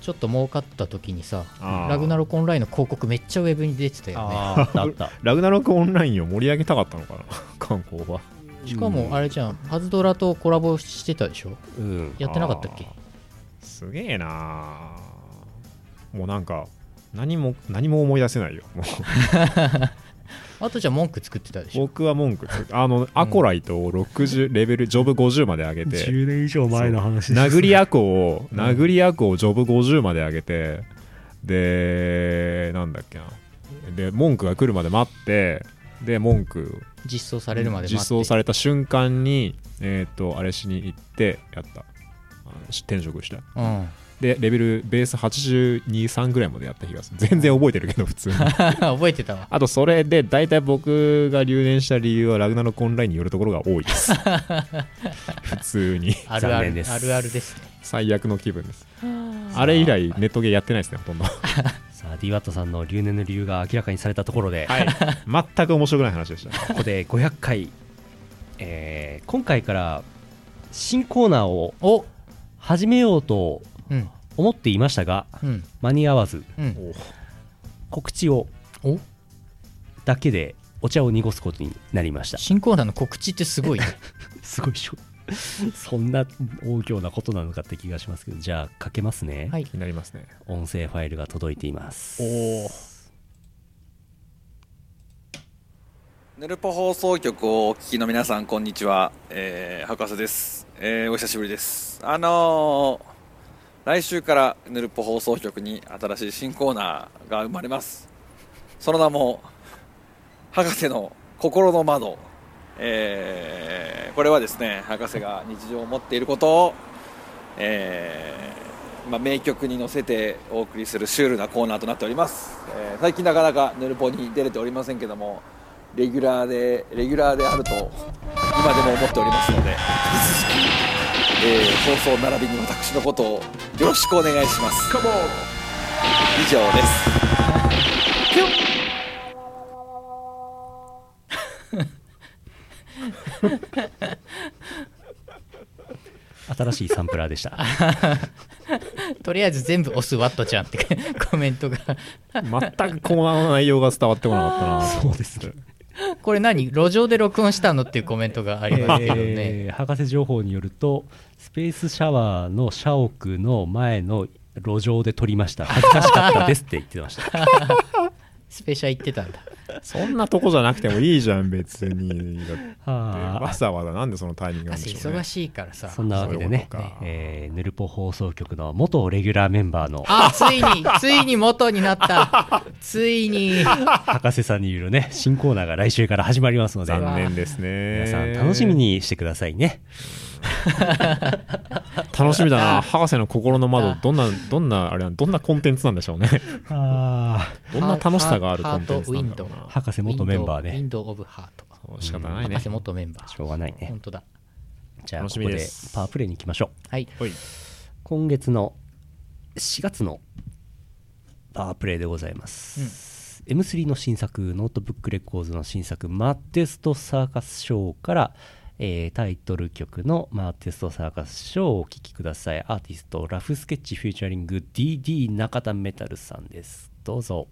ちょっと儲かった時にさあーラグナロクオンラインの広告めっちゃウェブに出てたよね。 あーあったあったラグナロクオンラインを盛り上げたかったのかな観光は。 しかもあれじゃん、パズドラとコラボしてたでしょ。 うんやってなかったっけ？ あーすげえなー。もうなんか何も何も思い出せないよもうあとじゃあ文句作ってたでしょ。 僕は文句あのアコライトをろくじゅうレベルジョブごじゅうまで上げて、 じゅうねん以上前の話です。 殴りアコをうん殴りアコをジョブごじゅうまで上げて、でなんだっけな、で文句が来るまで待って、で文句実装されるまで待って実装された瞬間にえっ、とあれしに行ってやった、あの転職した。 うんでレベルベースはちじゅうに、さんぐらいまでやった気がする。全然覚えてるけど普通に覚えてたわ。 あとそれで大体僕が留年した理由はラグナロクオンラインによるところが多いです普通にあるある残念ですあるあるですね。 最悪の気分です。あれ以来ネットゲーやってないですねほとんどさあ ディーワット さんの留年の理由が明らかにされたところで、 はい全く面白くない話でしたここでごひゃっかい、えー今回から新コーナーをお始めようとうん思っていましたがうん間に合わずうん告知をおだけでお茶を濁すことになりました。 新コーナーの告知ってすごいねすごいでしょそんな大行なことなのかって気がしますけど、じゃあかけますね、 はい気になりますね。 音声ファイルが届いています。 おヌルポ放送局をお聞きの皆さんこんにちは、えー、博士です、えー、お久しぶりです。あのー、来週からヌルポ放送局に新しい新コーナーが生まれます。その名も博士の心の窓、えー、これはですね博士が日常を持っていることを、えーまあ、名曲に乗せてお送りするシュールなコーナーとなっております。えー、最近なかなかヌルポに出れておりませんけどもレギュラーでレギュラーであると今でも思っておりますので、引き続き、えー、放送並びに私のことをよろしくお願いします。以上です新しいサンプラーでしたとりあえず全部押すワットちゃんってコメントが全くコーナーの内容が伝わってこなかったなそうですねこれ何路上で録音したのっていうコメントがありますけどね、 えー博士情報によるとスペースシャワーの社屋の前の路上で撮りました、恥ずかしかったですって言ってましたスペシャ言ってたんだ。 そんなとこじゃなくてもいいじゃん別に。だってはわざわざなんでそのタイミングなんでしょうね。 忙しいからさ。 そんなわけでねそういうことかえーヌルポ放送局の元レギュラーメンバーのあ、ついについに元になったついに博士さんによるね新コーナーが来週から始まりますので残念ですね。 皆さん楽しみにしてくださいね。 楽しみだな。博士の心の窓、どんなどんなあれなんどんなコンテンツなんでしょうね。 あどんな楽しさがあるコンテンツハートウィンドウなんだろうな。 博士元メンバーウィねンドウオブハート。 そう仕方ないね博。士元メンバー。 しょうがないね本。当だ。 じゃあ楽しここでみですパワープレイに行きましょう。 はい。 ほい。 今月のしがつのパワープレイでございます、エムスリー の新作ノートブックレコーズの新作マーテストサーカスショーから、えータイトル曲のマーテストサーカスショーをお聴きください。アーティストラフスケッチフューチャリング ディーディー 中田メタルさんです。どうぞ。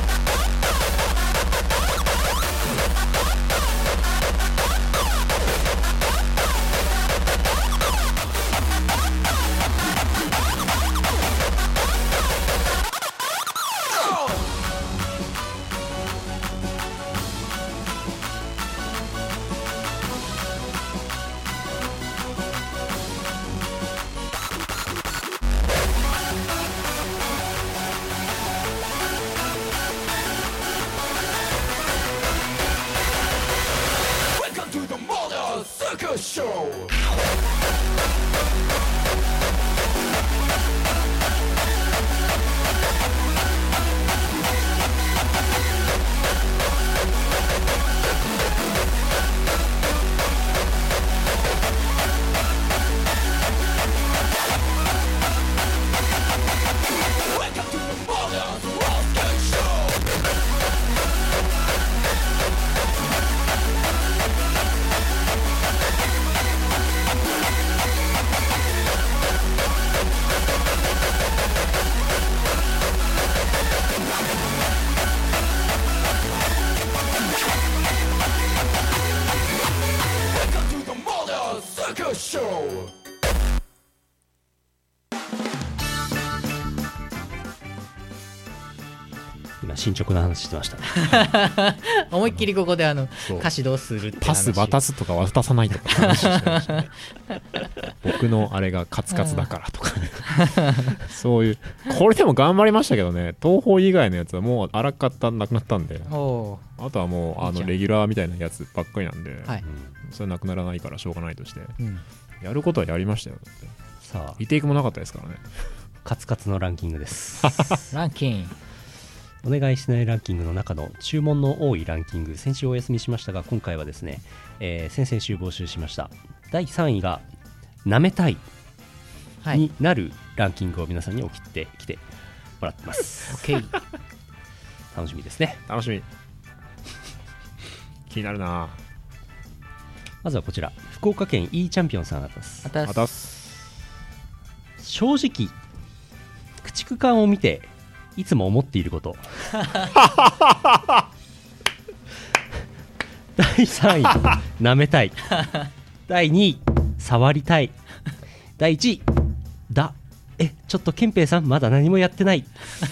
「 今進捗の話してましたね。 思いっきりここであのそう歌詞どうするって話パス渡すとか渡さないとか話してましたね僕のあれがカツカツだからとかねそういうこれでも頑張りましたけどね。東宝以外のやつはもうあらかたなくなったんで、 おあとはもうあいいじゃんのレギュラーみたいなやつばっかりなんで、 ーはい、 それなくならないからしょうがないとしてうん、 やることはやりましたよ。だってさあリテイクもなかったですからね。 カツカツのランキングです。 ランキングお願いしないランキングの中の注文の多いランキング、先週お休みしましたが今回はですね、えー先々週募集しましただいさんいがなめたいはいになるランキングを皆さんに送ってきてもらってます。 OK 楽しみですね。 楽しみ気になるな。 まずはこちら福岡県 E チャンピオンさんがです。 あたまたす正直駆逐艦を見ていつも思っていることだいさんいなめたいだいにい触りたいだいいちいだえちょっと憲兵さんまだ何もやってない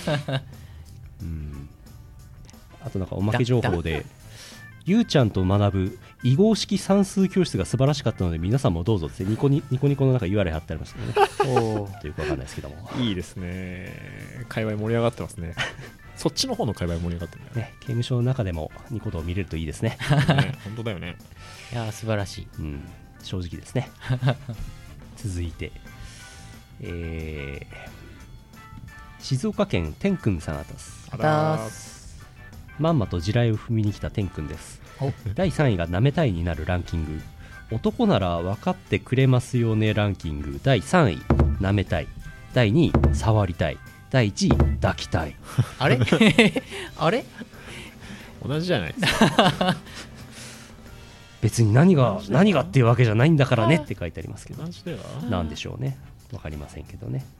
うんあとなんかおまけ情報でゆうちゃんと学ぶ囲碁式算数教室が素晴らしかったので皆さんもどうぞってニコニニコニコの中 ユーアールエル 貼ってありましたね。 おというかわかんないですけどもいいですね。界隈盛り上がってますねそっちの方の界隈盛り上がってるんだよね、刑務所の中でもニコ動見れるといいですね。 ね本当だよね。 いやー素晴らしい。 うん、正直ですね。続いて、えー、静岡県天くんさんあたす。 あたすまんまと地雷を踏みに来た天くんです。 おだいさんいがなめたいになるランキング、男なら分かってくれますよねランキング。だいさんいなめたい、だいにい触りたい、だいいちい抱きたい。 あれあれ同じじゃないですか。 別に何が何がっていうわけじゃないんだからねって書いてありますけど、 同じだよ。 なんでしょうね、分かりませんけどね。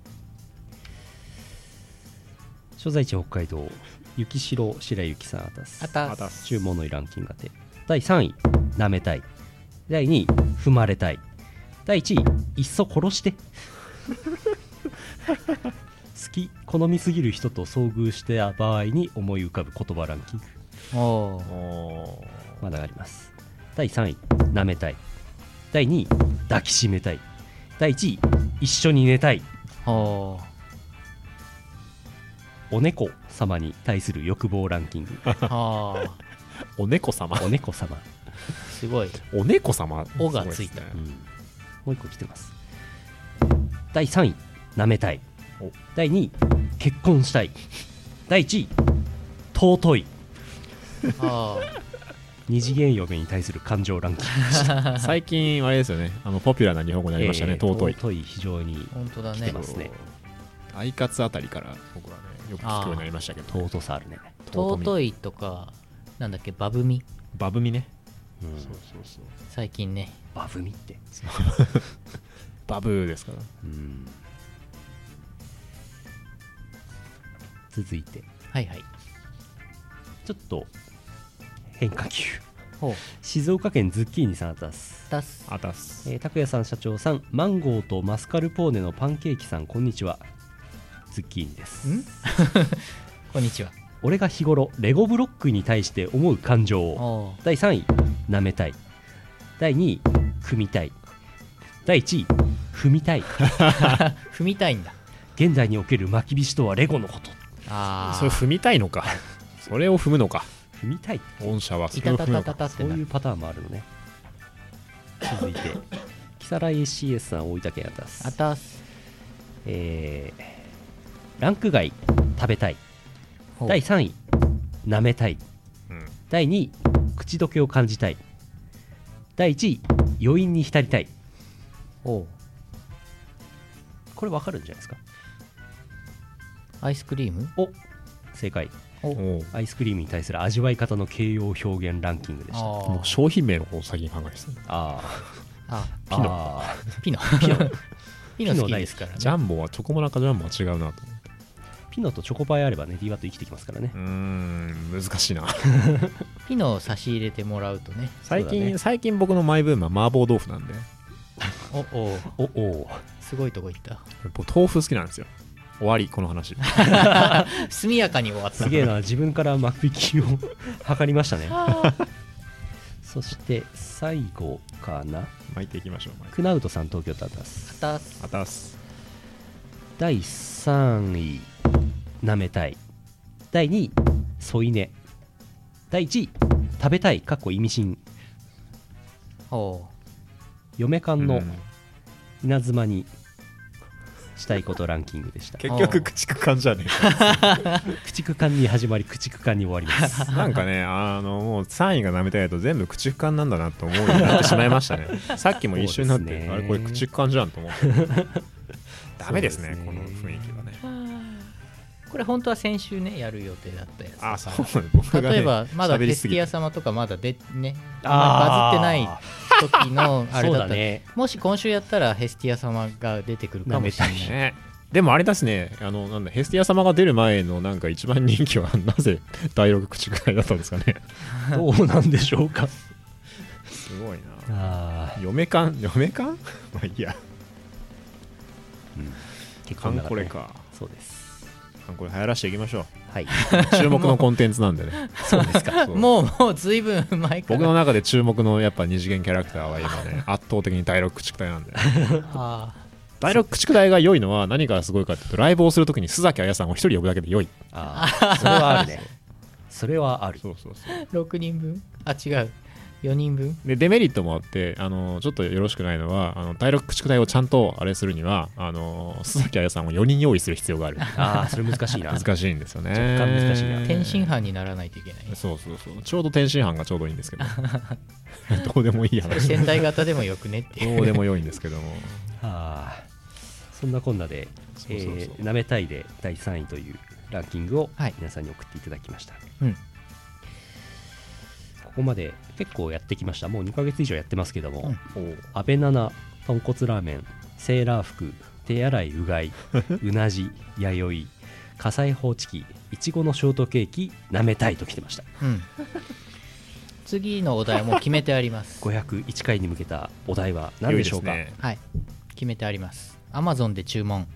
所在地北海道雪城白雪さんあたす。 あたあたす注文のいランキングがてだいさんいなめたい、だいにい踏まれたい、だいいちいいっそ殺して好き好みすぎる人と遭遇した場合に思い浮かぶ言葉ランキングおーおまだあります。だいさんいなめたい、だいにい抱きしめたい、だいいちい一緒に寝たい。 おーお猫様に対する欲望ランキングあお猫様お猫様、 ーすごい。 お猫様おがついたすごですねうん、もう一個来てます。だいさんいなめたい、 おだいにい結婚したい、だいいちい尊い。 あ二次元嫁に対する感情ランキングでした。 最近あれですよね、あのポピュラーな日本語になりましたね、 えー尊い。 尊い非常にあ本当だね来てま。すね。 アイカツあたりから僕はねよく聞くようになりましたけど、 尊さあるね。 尊いとかなんだっけバブミバブミね。 うん、 そうそうそう。 最近ね。 バブミって、 バブーですから。 うん、続いてはいはい。 ちょっと変化球ほう静岡県ズッキーニさんあたす。 たす。 あたす。 えー拓也さん社長さん、マンゴーとマスカルポーネのパンケーキさんこんにちは。ズッキーニです。 んこんにちは。 俺が日頃レゴブロックに対して思う感情を、 おーだいさんい舐めたい、だいにい組みたい、だいいちい踏みたい。 踏みたいんだ。 現代における巻き菱とはレゴのこと。 ああ。 それ踏みたいのか。それを踏むのか。 踏みたい、 御社はそいたたたれを踏むのか。 たたってなるそういうパターンもあるのね。続いて木更井 エーシーエス さん大分県あたす。 あたす。 えー、ランク外食べたい、 ほうだいさんい舐めたい、 うんだいにい口どけを感じたい、だいいちい余韻に浸りたい。 おうこれわかるんじゃないですか。 アイスクリームお正解。 おおうアイスクリームに対する味わい方の形容表現ランキングでした。 あもうー商品名の方を先に考えてた。 ああーピノあピノピノピノ好きですからね。 ジャンボはチョコモナカジャンボは違うなと思って。 ピノとチョコパイあればね ディーワット生きてきますからね。 うーん難しいな。 ピノを差し入れてもらうとね。 最近、 そうだね最近僕のマイブームは麻婆豆腐なんで。 おおおおすごいとこ行った僕豆腐好きなんですよ。終わりこの話。 速やかに終わったすげえな、自分から幕引きを図りましたね。そして最後かな、 巻いていきましょう。 クナウトさん、東京タタス。 タスあたす。 だいさんいなめたい、だいにい添い寝、だいいちい食べたいかっこ意味深、 おう嫁缶のうん稲妻にしたいことランキングでした。 結局駆逐艦じゃね駆逐艦に始まり駆逐艦に終わります。 えか。なんかね、あのもうさんいが舐めたいと全部駆逐艦なんだなと思うようになってしまいましたね。さっきも一緒になって、 そうですねあれこれ駆逐艦じゃんと思ってダメですねそうですねこの雰囲気はね。 これ本当は先週ねやる予定だったやつあ、そうなんです。僕がね例えばまだ喋りすぎてテスティア様とかまだでねあんまりバズってない時のあれそうだったら、 だね。 もし今週やったらヘスティア様が出てくるかもしれない。 ね、でもあれですね、あのなんだヘスティア様が出る前のなんか一番人気はなぜ第六駆逐艦だったんですかね。 どうなんでしょうか。 すごいあな。嫁艦嫁艦まあいいや。 結カン構長かったね。 コレか。 そうです。 カンコレ流行らしていきましょはい。 う。注目のコンテンツなんでね。 そうですか。 そうもうもうずいぶん前から僕の中で注目のやっぱ二次元キャラクターは今ね圧倒的に第六駆逐隊なんで。 あ第六駆逐隊が良いのは何がすごいかっていうと、ライブをするときに須崎彩さんを一人呼ぶだけで良い。 ああ、それはあるね。それはある。 そうそうそう。 ーろくにんぶんあ違うよにんぶんでデメリットもあって、あのちょっとよろしくないのは、あの第六駆逐隊をちゃんとあれするにはあの須崎彩さんをよにん用意する必要がある。 ああ、それ難しいな。 難しいんですよね。 若干難しいな天津飯にならないといけない。 そうそうそう。ちょうど天津飯がちょうどいいんですけど。どうでもいい話。 仙台型でもよくねっていう。 どうでも良いんですけども。 ああ、そんなこんなで、 そうそうそうえーなめたいでだいさんいというランキングをはい皆さんに送っていただきました。 うんここまで結構やってきました。もうにかげつ以上やってますけども、 うん安倍七豚骨ラーメン、セーラー服、手洗いうがいうなじ、弥生、火災報知器、いちごのショートケーキ、なめたいと来てました。 うん次のお題はもう決めてあります。 ごひゃくいっかいに向けたお題は何でしょうか。 良いですね。 はい決めてあります。アマゾンで注文。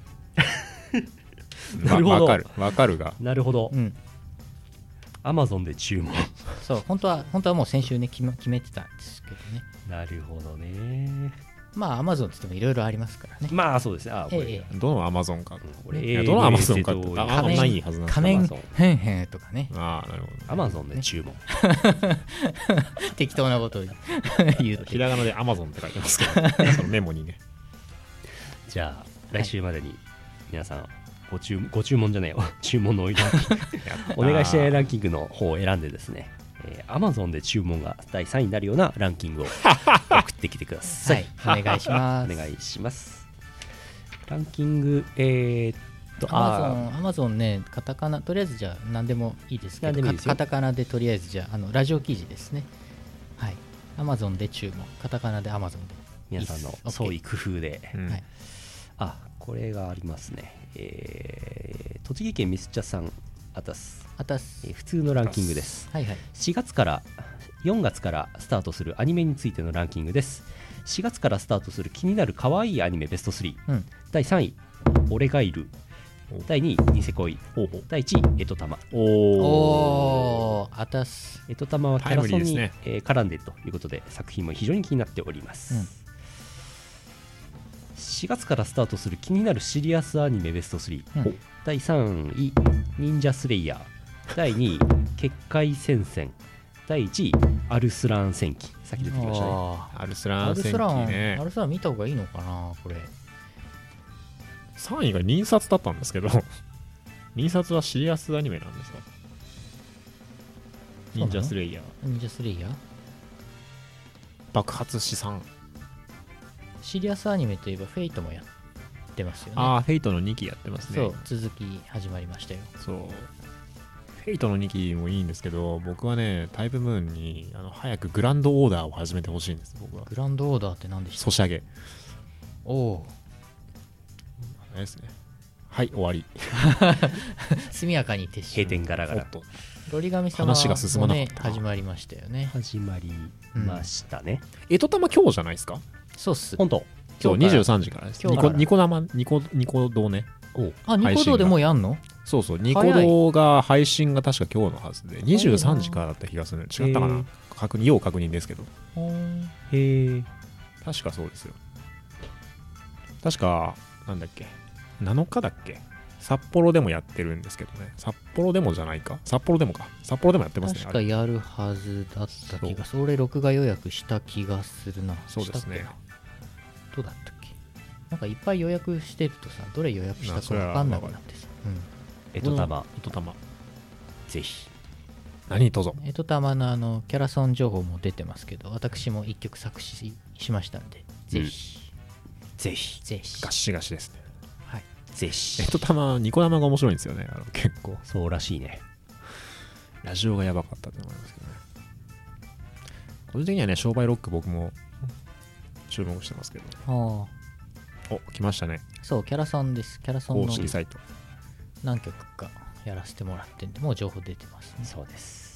なるほどわわかるわかるが。 なるほど。 うんアマゾンで注文。 そう本当は本当はもう先週ね決め決めてたんですけどね。 なるほどね。 まあアマゾンって言ってもいろいろありますからね。 まあそうですね。あこれ、 ええどのアマゾンか。 これいやどのアマゾンかってあえーあんまないはずなんです仮面 Amazon へんへんとかねああ、なるほど。 アマゾンで注文。 適当なことを言うてひらがなでアマゾンって書いてますけど、そのメモにね。 じゃあ来週までに皆さんご注ご注文じゃないよ注文のおいお願いしてないランキングの方を選んでですね、えー、Amazon で注文がだいさんいになるようなランキングを送ってきてください。 はいお願いしますお願いします。ランキングえー、っとアマゾあンアマゾンねカタカナとりあえずじゃあ何でもいいですけど何でもいいですよカタカナでとりあえずじゃああのラジオ記事ですね。はいアマゾンで注文カタカナでアマゾンで皆さんの創意工夫で、 うんはいあこれがありますね、えー、栃木県ミスチャさんあたす、 あたすえー普通のランキングです。 はいはいしがつからよんがつからスタートするアニメについてのランキングです。しがつからスタートする気になる可愛いアニメベストスリー、 うんだいさんい俺がいる、だいにいニセ恋、だいいちいエトタマ。 おお。 おーあたすエトタマはキャラソンに、 タイムリーですねえー絡んでいるということで作品も非常に気になっております、 うんしがつからスタートする気になるシリアスアニメベストスリー、 うんだいさんい忍者スレイヤー、だいにい結界戦線、だいいちいアルスラン戦記。さっき出てきましたね。 あアルスーラン戦記アルスランねア。ルスラン見た方がいいのかなこれ。 さんいが忍殺だったんですけど、忍殺はシリアスアニメなんですか。忍者スレイヤー。 忍者スレイヤー爆発資産。 シリアスアニメといえばフェイトもやってますよね。 ああ、フェイトのにきやってますね。 そう続き始まりましたよ。 そう。フェイトのにきもいいんですけど、僕はね、タイプムーンにあの早くグランドオーダーを始めてほしいんです、僕は。 グランドオーダーって何でしたソシャゲ。 おおあれですね。はい、終わり。 速やかに撤収。 閉店ガラガラおっと。 ロリガミ様話が進まなかもねったな始まりましたよね。 始まりましたね、 えとたま今日じゃないですか。 そうっす。 本当そう今日からにじゅうさんじからです。 今日からニコニコ生ニコニコ動ね。 おあニコ動でもうやんの？ そうそうニコ動が配信が確か今日のはずでにじゅうさんじからだった気がする。違ったかへーな。確認要確認ですけど。 へえ。 確かそうですよ。確かなんだっけなのかだっけ札幌でもやってるんですけどね。札幌でもじゃないか札幌でもか札幌でもやってますね。 確かやるはずだった気がする。俺録画予約した気がするな。 そうですね。 したっけなどうだったっけ？なんかいっぱい予約してるとさ、どれ予約したか分かんなくなってさ。 えとたまえとたまぜひ。 何とぞ。 えとたまのあのキャラソン情報も出てますけど、私も一曲作詞しましたんで、ぜひ、 ぜひぜひ。 ガシガシですね。 はい。 ぜひえとたまニコ生が面白いんですよね。あの結構そうらしいね。 ラジオがやばかったと思いますけどね。個人的にはね商売ロック僕も注目してますけど。 あお来ましたね。 あ、そう、キャラソンです。キャラソン公の式サイト。 何曲かやらせてもらってんで、もう情報出てますね。 そうです。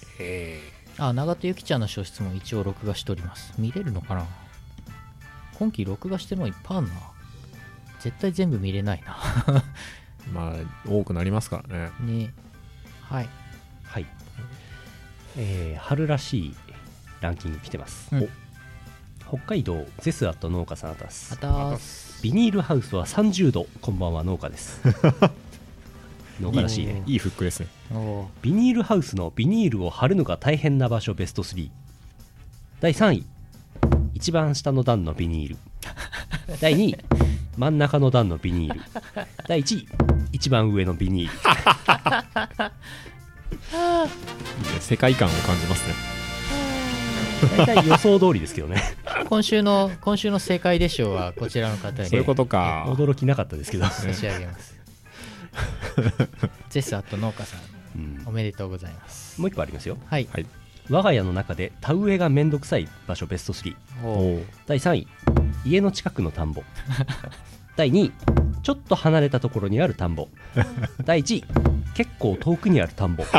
えあ、長戸ゆきちゃんの小説も一応録画しております。見れるのかな？今期録画してるのいっぱいあるな。絶対全部見れないな。 ー、まあ多くなりますからね。 ね。はい。 はい。えー、春らしいランキング来てます。 うん北海道ゼスアット農家さんあたすあ。たーす。 ビニールハウスはさんじゅうど。こんばんは農家です。農家らしいね。 いいフックですね。 おービニールハウスのビニールを貼るのが大変な場所ベストスリー。だいさんい、一番下の段のビニール。だいにい、真ん中の段のビニール。だいいちい、一番上のビニール。 いいね世界観を感じますね。 大体予想通りですけどね。 今週の今週の正解でしょうはこちらの方にそういうことか。 驚きなかったですけど。 差し上げます。ゼスアット農家さん、 うんおめでとうございます。 もう一個ありますよ。 はい。 はい。 我が家の中で田植えがめんどくさい場所ベストスリー。 おおーだいさんい、家の近くの田んぼ。だいにい、ちょっと離れたところにある田んぼ。だいいちい、結構遠くにある田んぼ。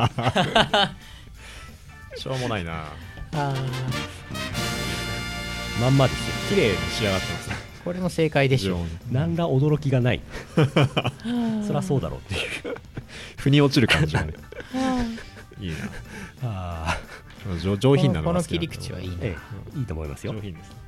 しょうもないな。 あまんまですよ。 綺麗に仕上がってますね。 ーこれも正解でしょう。 何ら驚きがない。そりゃそうだろうっていう。 腑に落ちる感じがね。いいあな。上上品なのこのが好きなんで切り口はいいね。 ええ、いいと思いますよ上。品です。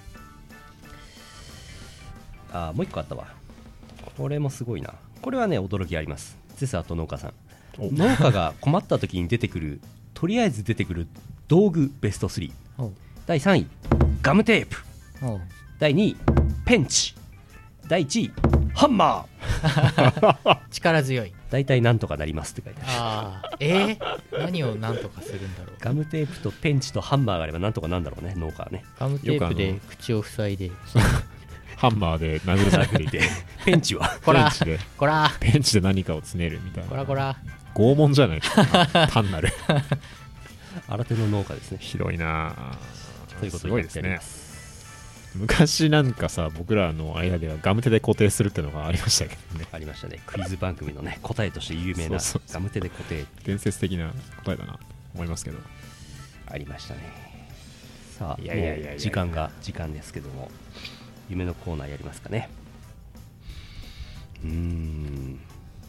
あもう一個あったわ。これもすごいな。これはね驚きあります。ゼスアット農家さん。 お農家が困った時に出てくる、とりあえず出てくる道具ベストスリー。 おうだいさんい、ガムテープ。 おうだいにい、ペンチ。だいいちい、ハンマー。 力強い。 大体なんとかなりますって書いてある。 ああ、えー、何を何とかするんだろう。 ガムテープとペンチとハンマーがあればなんとかなんだろうね、農家はね。 ガムテープで口を塞いで、 ハンマーで殴るされていて、 ペンチはこらペンチでこらペンチで何かをつねるみたいな。 こらこら。 拷問じゃないですか。単なる。 新手の農家ですね。 ひどいな。 ということすごいですねになっておりま。す。 昔なんかさ、僕らの間ではガムテで固定するってのがありましたけどね。 ありましたね。クイズ番組のね、答えとして有名なそうそうそうガムテで固定伝説的な答えだなと思いますけど。 ありましたね。さあ、 いやいやいやいやもう時間が時間ですけども、夢のコーナーやりますかね。うーん。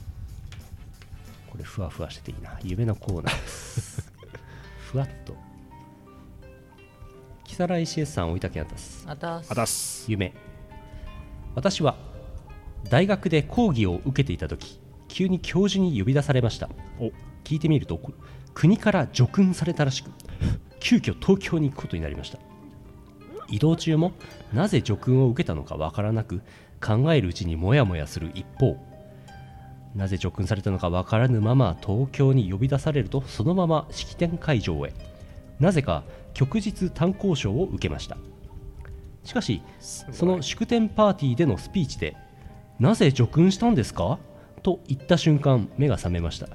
これふわふわしてていいな。夢のコーナーです。ふわっと。木更石 S さん、大分県あたす。 あたすあたす。 夢。私は大学で講義を受けていた時、急に教授に呼び出されました。 お聞いてみると、こ国から叙勲されたらしく、急遽東京に行くことになりました。移動中もなぜ叙勲を受けたのかわからなく、考えるうちにモヤモヤする一方、なぜ叙勲されたのかわからぬまま東京に呼び出されると、そのまま式典会場へなぜか旭日単光賞を受けました。しかしその祝典パーティーでのスピーチで、なぜ叙勲したんですかと言った瞬間、目が覚めました。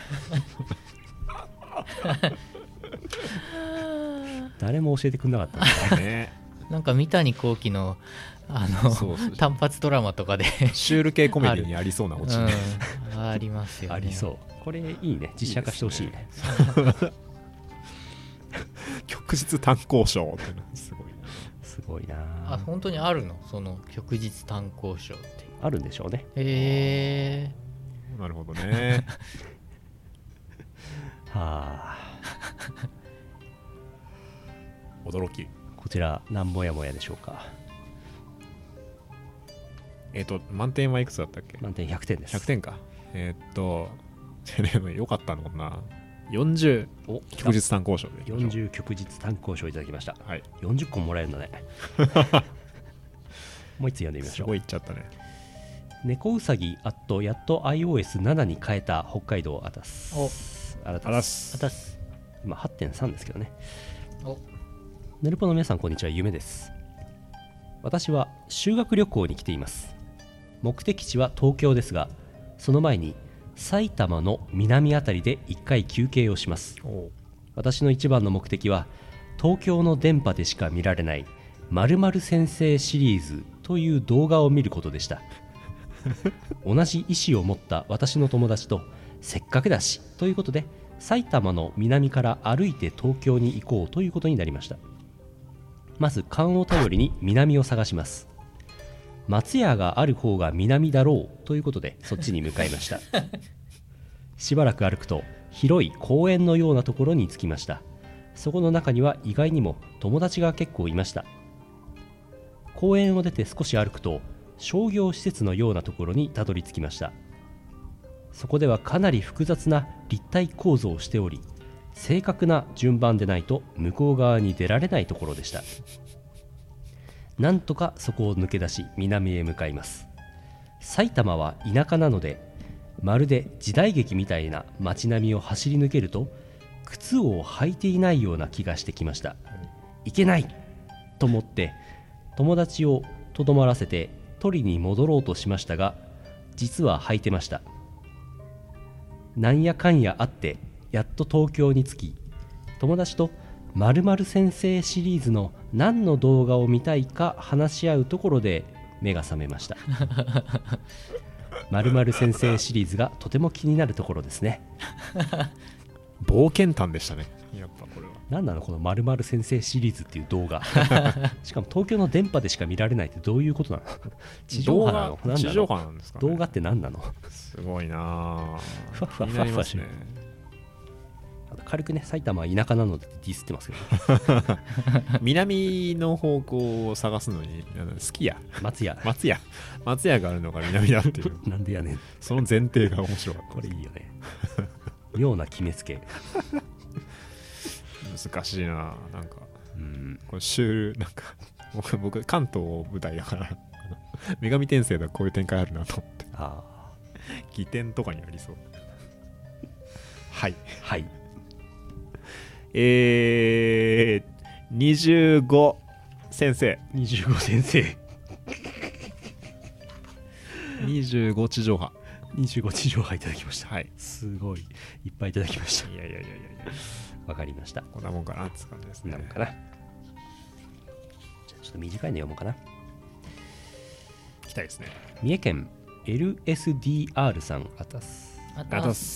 誰も教えてくれなかったね。 ね、 なんか三谷幸喜のあのそうそう単発ドラマとかでシュール系コメディにありそうなオチね。 うん、ありますよね。 ありそう。これいいね。実写化してほしいね。 旭日単光賞ってのすごいな。 すごいなあ本当にあるのその旭日炭鉱賞ってあるんでしょうね。 へえなるほどねはあ驚き。 こちら何もやもやでしょうか。 えっ、ー、と満点はいくつだったっけ？ 満点ひゃくてんです。 ひゃくてんか。えっ、ー、とでもよかったのかな。よんじゅうお旭日炭鉱賞でよんじゅう旭日炭鉱賞いただきました。 はい、 よんじゅっこもらえるんだねもう一つ読んでみましょう。 すごいいっちゃったね。 猫うさぎあっとやっと アイオーエスなな に変えた北海道あたす。 おあらあらすあたす今 はってんさん ですけどね。 おヌルポの皆さんこんにちは。夢です。私は修学旅行に来ています。目的地は東京ですが、その前に埼玉の南あたりでいっかい休憩をします。私の一番の目的は東京の電波でしか見られない〇〇先生シリーズという動画を見ることでした同じ意思を持った私の友達とせっかくだしということで埼玉の南から歩いて東京に行こうということになりました。まず勘を頼りに南を探します。松屋がある方が南だろうということでそっちに向かいましたしばらく歩くと広い公園のようなところに着きました。そこの中には意外にも友達が結構いました。公園を出て少し歩くと商業施設のようなところにたどり着きました。そこではかなり複雑な立体構造をしており、正確な順番でないと向こう側に出られないところでした。なんとかそこを抜け出し南へ向かいます。埼玉は田舎なのでまるで時代劇みたいな街並みを走り抜けると靴を履いていないような気がしてきました。いけないと思って友達をとどまらせて取りに戻ろうとしましたが、実は履いてました。なんやかんやあってやっと東京に着き、友達と〇〇先生シリーズの何の動画を見たいか話し合うところで目が覚めました〇〇先生シリーズがとても気になるところですね冒険探でしたね。やっぱこれは何なのこの〇〇先生シリーズっていう動画しかも東京の電波でしか見られないってどういうことなの地上波なの？ 地上波なんですかね。 動画って何なの？ すごいなふわふわふわふわしてる。軽くね埼玉は田舎なのでディスってますけど南の方向を探すのに好きや松屋松屋松屋があるのが南だっていうなんでやねん。 その前提が面白かった。 これいいよね妙な決めつけ難しいな。なんかうんこれ週なんか僕僕関東舞台だから女神転生ではこういう展開あるなと思って。 あ疑点とかにありそう。はいはいえー、にじゅうご先生にじゅうご先生にじゅうご地上波にじゅうご地上波いただきました。 はいすごいいっぱいいただきました。 いやいやいやいやいやわかりました。 こんなもんかなって感じですね。 こんなもんかな。じゃあちょっと短いの読もうかな。 聞きたいですね。 三重県 エルエスディーアール さんあたす。 あありがとうございます。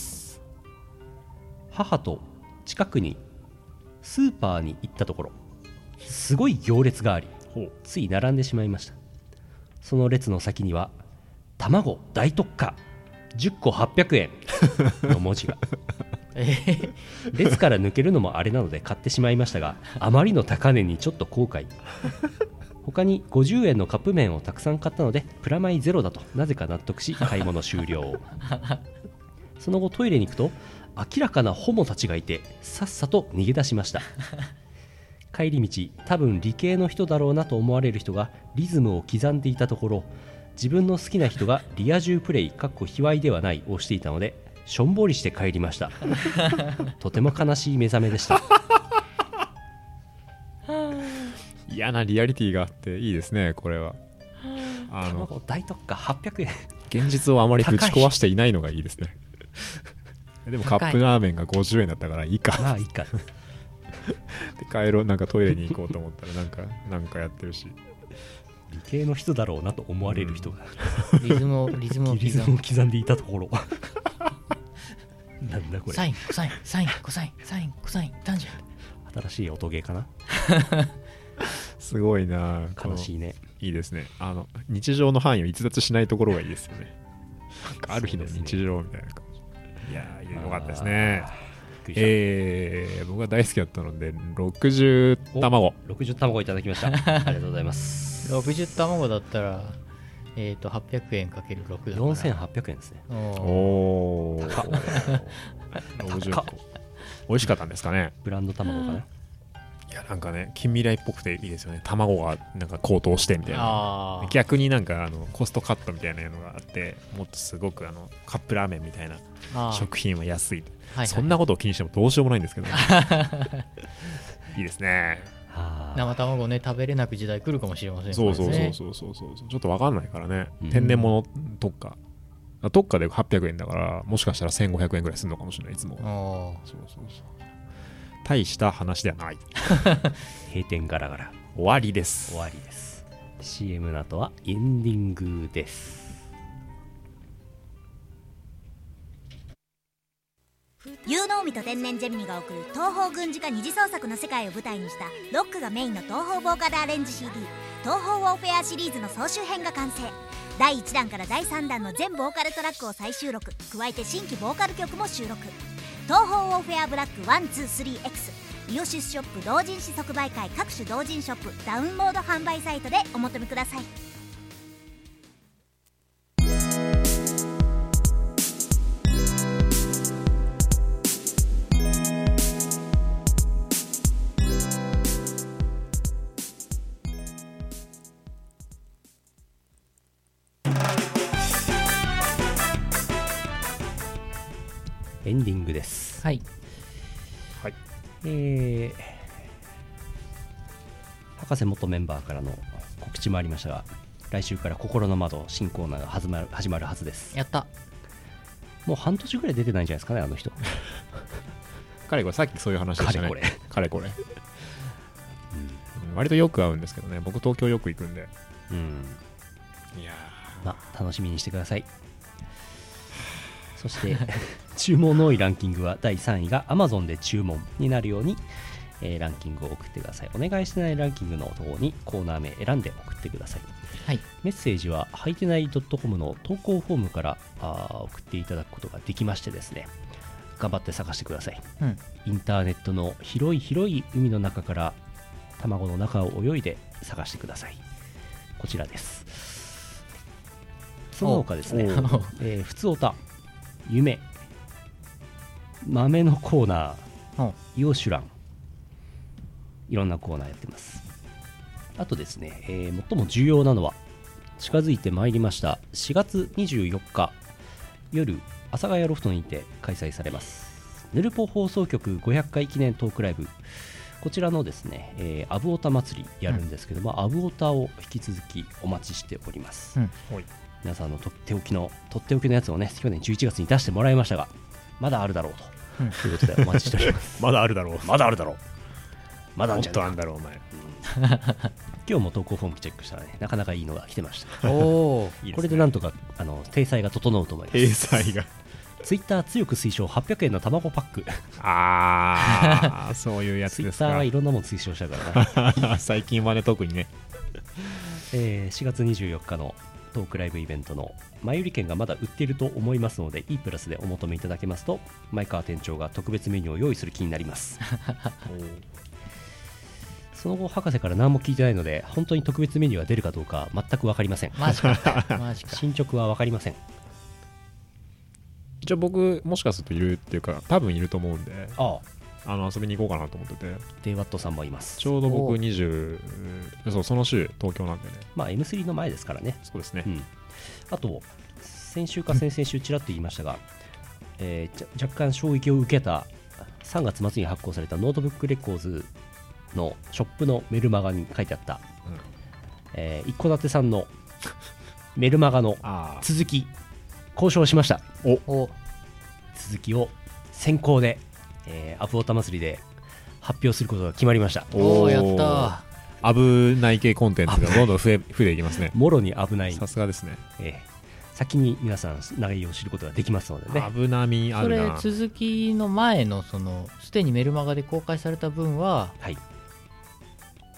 母と近くにスーパーに行ったところすごい行列がありつい並んでしまいました。その列の先には卵大特価じゅっこはっぴゃくえんの文字が列から抜けるのもあれなので買ってしまいましたが、あまりの高値にちょっと後悔。他にごじゅうえんのカップ麺をたくさん買ったのでプラマイゼロだとなぜか納得し買い物終了。その後トイレに行くと明らかなホモたちがいてさっさと逃げ出しました。帰り道多分理系の人だろうなと思われる人がリズムを刻んでいたところ、自分の好きな人がリア充プレイかっこ卑猥ではないをしていたのでしょんぼりして帰りました。とても悲しい目覚めでした。 嫌なリアリティがあっていいですね。これはあの卵大特価はっぴゃくえん。 現実をあまりぶち壊していないのがいいですね。でもカップラーメンがごじゅうえんだったからいいか。 まあいいか。 で帰ろう、なんかトイレに行こうと思ったらなんかなんかやってるし、 理系の人だろうなと思われる人が、 リズムをリズムをリズムを刻んでいたところなんだこれ。 サインコサインサインコサインサインコサインタンジェント。 新しい音ゲーかな。 すごいな。 悲しいね。 いいですね。あの日常の範囲を逸脱しないところがいいですよね。なんかある日の日常みたいな感じ。いやー、よかったですね。えー、僕が大好きだったのでろくじゅう卵ろくじゅう卵いただきましたありがとうございますろくじゅう卵だったらえっ、ー、とはっぴゃくえんかけるろくだからよんせんはっぴゃくえんですね。 おお高っろくじゅっこ美味しかったんですかね。 ブランド卵かな。 いやなんかね近未来っぽくていいですよね。卵がなんか高騰してみたいな。 あ逆になんかあのコストカットみたいなのがあってもっとすごくあのカップラーメンみたいな食品は安い、はいはい、そんなことを気にしてもどうしようもないんですけど、ね、いいですね。 生卵ね食べれなく時代来るかもしれませんからね。 そうそうそうそうそうそうちょっと分かんないからね、うん、天然物特価特価ではっぴゃくえんだからもしかしたらせんごひゃくえんぐらいするのかもしれないいつも。そうそうそう大した話ではない閉店ガラガラ終わりです。 終わりです。 シーエム の後はエンディングです。 有能美と天然ジェミニが送る東方軍事化二次創作の世界を舞台にしたロックがメインの東方ボーカルアレンジ シーディー 東方ウォーフェアシリーズの総集編が完成。だいいちだんからだいさんだんの全ボーカルトラックを再収録、加えて新規ボーカル曲も収録。東方ウォーフェアブラック ワンツースリーエックス イオシスショップ同人誌即売会各種同人ショップダウンロード販売サイトでお求めください。 エンディングです。 はい、 はい、 えー、博士元メンバーからの告知もありましたが、来週から心の窓新コーナーが始まる、始まるはずです。 やった。 もう半年ぐらい出てないんじゃないですかね、あの人かれこれさっきそういう話でしたね。 かれこれかれこれ、うん、割とよく会うんですけどね。僕東京よく行くんで、 うん、 いやまあ楽しみにしてください。そして注文の多いランキングはだいさんいが Amazon で注文になるように、えー、ランキングを送ってください。お願いしてないランキングのところにコーナー名選んで送ってください。 はい、 メッセージははいてない .com の投稿フォームからあ送っていただくことができましてですね、頑張って探してください、 うん、 インターネットの広い広い海の中から卵の中を泳いで探してください。こちらです。その他ですね、えー、ふつおた、夢、豆のコーナー、イオシュラン、いろんなコーナーやってます。あとですね、えー、最も重要なのは近づいてまいりましたしがつにじゅうよっか夜、阿佐ヶ谷ロフトにて開催されますヌルポ放送局ごひゃっかい記念トークライブ。こちらのですね、えー、アブオタ祭りやるんですけども、うん、アブオタを引き続きお待ちしております、うん、皆さんのとっておきのとっておきのやつをね、去年じゅういちがつに出してもらいましたが、まだあるだろうと、うん、ということでお待ちしておりますまだあるだろうまだあるだろうまだあるんじゃないもっとあるんだろうお前、 うん、今日も投稿フォームチェックしたらね、なかなかいいのが来てましたおいいですね、これでなんとかあの体裁が整うと思います。 体裁がツイッター強く推奨はっぴゃくえんの卵パックああそういうやつですか。 ツイッターはいろんなもの推奨したからな最近はね特にね、 えー、しがつにじゅうよっかのトークライブイベントの前売り券がまだ売っていると思いますので E プラスでお求めいただけますと、前川店長が特別メニューを用意する気になりますその後博士から何も聞いてないので、本当に特別メニューが出るかどうか全く分かりません。 マジかマジか進捗は分かりません。 じゃあ僕もしかするといるっていうか多分いると思うんで、 あああの遊びに行こうかなと思ってて、 デイワットさんもいます。 ちょうど僕にじゅうそうその週東京なんでね、 まあ エムスリー の前ですからね。 そうですね、 うん、あと先週か先々週ちらっと言いましたが、えー、若干衝撃を受けたさんがつ末に発行されたノートブックレコーズのショップのメルマガに書いてあった、うん、えー、一戸建てさんのメルマガの続き交渉しました。 おお続きを先行で、えー、アブオタ祭りで発表することが決まりました。 おおやったー。危ない系コンテンツがどんどん増え増えていきますね。 もろに危ない。 さすがですね、 えー、先に皆さん内容を知ることができますのでね。 危なみあるな。 それ続きの前のそのすでにメルマガで公開された分は、 はい、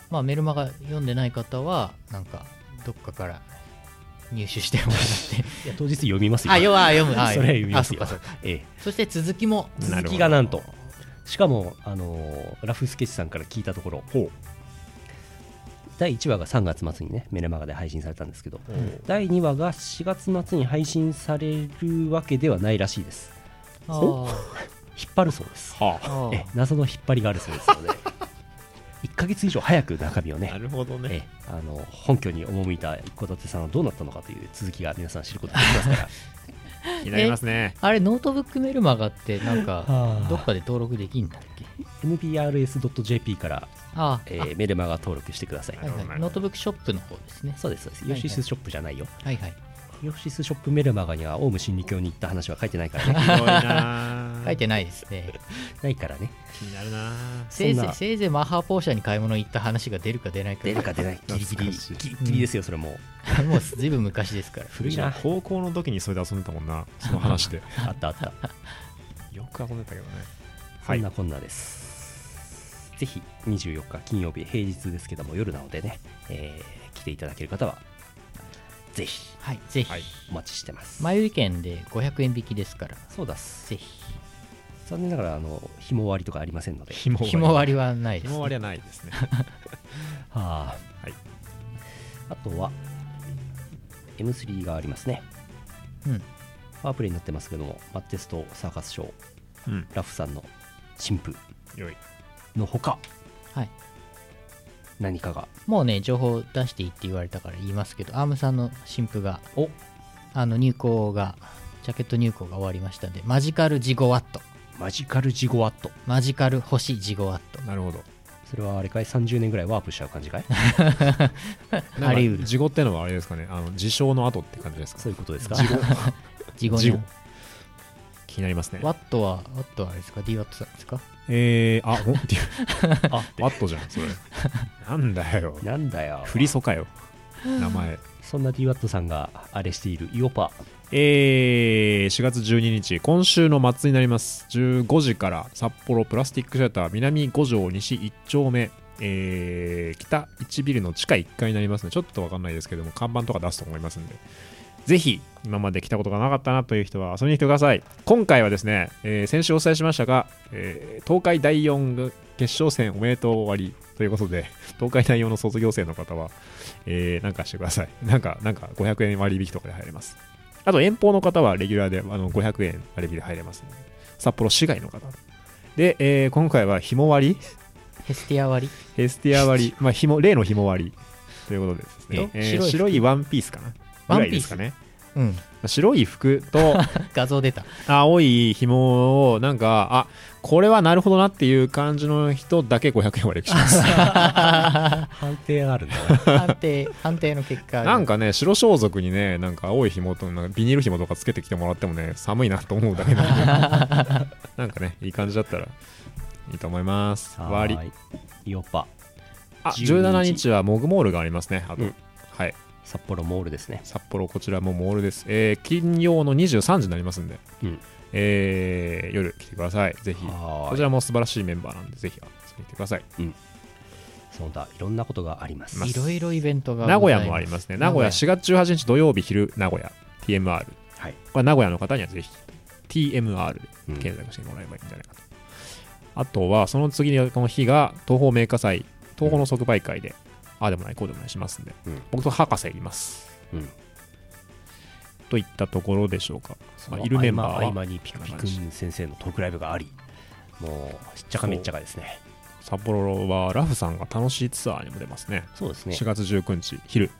まあメルマガ読んでない方はなんかどっかから入手してもらっていや当日読みますよ。 あよあ読むあそれは読みますよ。 あそっかそっかええ、 そして続きも続きがなんと、しかも、あのーラフスケッチさんから聞いたところ、だいいちわがさんがつ末にねメルマガで配信されたんですけど、だいにわがしがつ末に配信されるわけではないらしいです。 あー引っ張るそうです。 はあえ謎の引っ張りがあるそうですのでいっかげつ以上早く中身をあ、 ねなるほどね。 えあの本拠に赴いた一戸建てさんはどうなったのかという続きが皆さん知ることができますから気になりますね。 あれノートブックメルマガってなんかはあどっかで登録できんだっけ？ エヌビーアールエスドットジェーピー から、 あえーメルマガ登録してください。 あ、はいはい、ノートブックショップの方ですね。 そうですそうです。 はいはいヨシスショップじゃないよ。 はいはい。 ヨシスショップメルマガにはオウム真理教に行った話は書いてないからね。 ひどいな書いてないですね。 ないからね。 気になるなせいそんなぜいせいぜいマハーポーシャに買い物行った話が出るか出ないか出るか出ないギリギリ懐かしいギリギリですよそれもう。 もうずいぶん昔ですから。 古いな。 高校の時にそれで遊んでたもんな、その話で。 あったあった。 よく遊んでたけどね。 そんなこんなです。ぜひにじゅうよっか金曜日平日ですけども夜なのでね、えー来ていただける方はぜひはい、ぜひ、 はいお待ちしてます。 前売り券でごひゃくえん引きですから、 そうだっす。 ぜひ。 残念ながらあの紐割りとかありませんので。 紐ひも割りはないです、 紐割りはないですね。 はあ、 はい。 あとは エムスリー がありますね。 うん。 パワープレイになってますけども、マッテストサーカスショー、 うん。 ラフさんの新譜よい。 のほかはい。 何かがもうね、情報出していいって言われたから言いますけど、アームさんの新譜が、 おあの入稿が、ジャケット入稿が終わりましたんで、マジカルジゴワット。 マジカルジゴワット。 マジカル星ジゴワット。 なるほど。 それはあれかいさんじゅうねんぐらいワープしちゃう感じかいあり得る事故ってのはあれですかね、あの自称の後って感じですか。 そういうことですか。 ジゴジゴね。 気になりますね。 ワットは、ワットはあれですか ?D ワットさんですか？ えー、あ、ほんっていう。 あワットじゃん、それ。なんだよ。 なんだよ。 振りそかよ。名前。 そんな ディーワット さんがあれしているイオパ。 えー、しがつじゅうににち、今週の末になります。じゅうごじから札幌プラスティックシアター南ご条西いっ丁目、えー、北いちビルの地下いっかいになりますね。ちょっとわかんないですけども、看板とか出すと思いますんで、ぜひ今まで来たことがなかったなという人は遊びに来てください。今回はですね、えー先週お伝えしましたが、えー東海だいよん決勝戦おめでとう終わりということで、東海だいよんの卒業生の方は、えーなんかしてください。なんか、なんかごひゃくえん割引とかで入れます。あと遠方の方はレギュラーであのごひゃくえん割引で入れますので、札幌市外の方。で、えー今回は紐割りヘスティア割りヘスティア割り、まあ、紐例の紐割りということでですね、えー白い服白いワンピースかなワンピースぐらいですかね。 うん。 まあ白い服と画像出た。 青い紐をなんか、あ、これはなるほどなっていう感じの人だけごひゃくえん割引します。 判定があるんだな。 判定、判定の結果。 なんかね、白装束にね、なんか青い紐となんかビニール紐とかつけてきてもらってもね、寒いなと思うだけなんで、なんかね、いい感じだったらいいと思います。割り。 はーいイオパ。 あ、じゅうしちにちはモグモールがありますね。あと、 うんはい。 札幌モールですね。 札幌、こちらもモールです。えー金曜のにじゅうさんじになりますんで、 うんえー夜来てください。ぜひ。 はーいこちらも素晴らしいメンバーなんで、ぜひ遊びに来てください。 その他いろんなことがあります。 いろいろイベントが。 名古屋もありますね。名古屋しがつじゅうはちにち土曜日昼、名古屋、ティーエムアール。 はい。 これ名古屋の方にはぜひ ティーエムアールうんで検索してもらえばいいんじゃないかと。あとは、その次のこの日が東宝メーカー祭、東宝の即売会で、ああでもない、こうでもないしますんで、 うん僕と博士います。 うん。 といったところでしょうか。 そのまあいるメンバーは合間合間にピクピクン先生のトークライブがあり、もうしっちゃかめっちゃかですね。 札幌はラフさんが楽しいツアーにも出ますね。 そうですねし。がつじゅうくにち昼。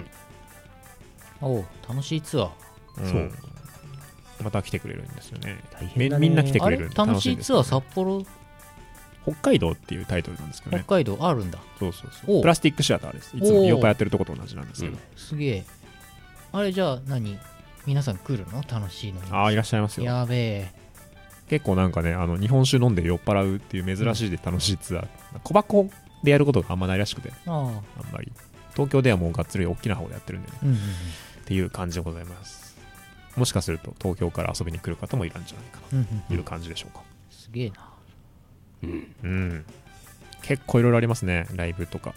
おう楽しいツアー。 うんそうまた来てくれるんですよね。 大変だねみみんな来てあれくれるんで楽しいツアー楽しいんですよね札幌、 北海道っていうタイトルなんですけどね。 北海道あるんだ。 そうそうおそう。プラスティックシアターです。いつもヨーパやってるとこと同じなんですけど。 すげえ。あれじゃあ何皆さん来るの楽しいのに。 ああ、いらっしゃいますよ。 やべえ。 結構なんかね、あの日本酒飲んで酔っ払うっていう珍しいで楽しいツアー。小箱でやることがあんまないらしくて、 ああ。 あんまり。東京ではもうがっつり大きな方でやってるんでね。 うんうんっていう感じでございます。もしかすると東京から遊びに来る方もいるんじゃないかうん。うんとうんいう感じでしょうか。 すげえな。 うん。 うん。結構いろいろありますね。ライブとか。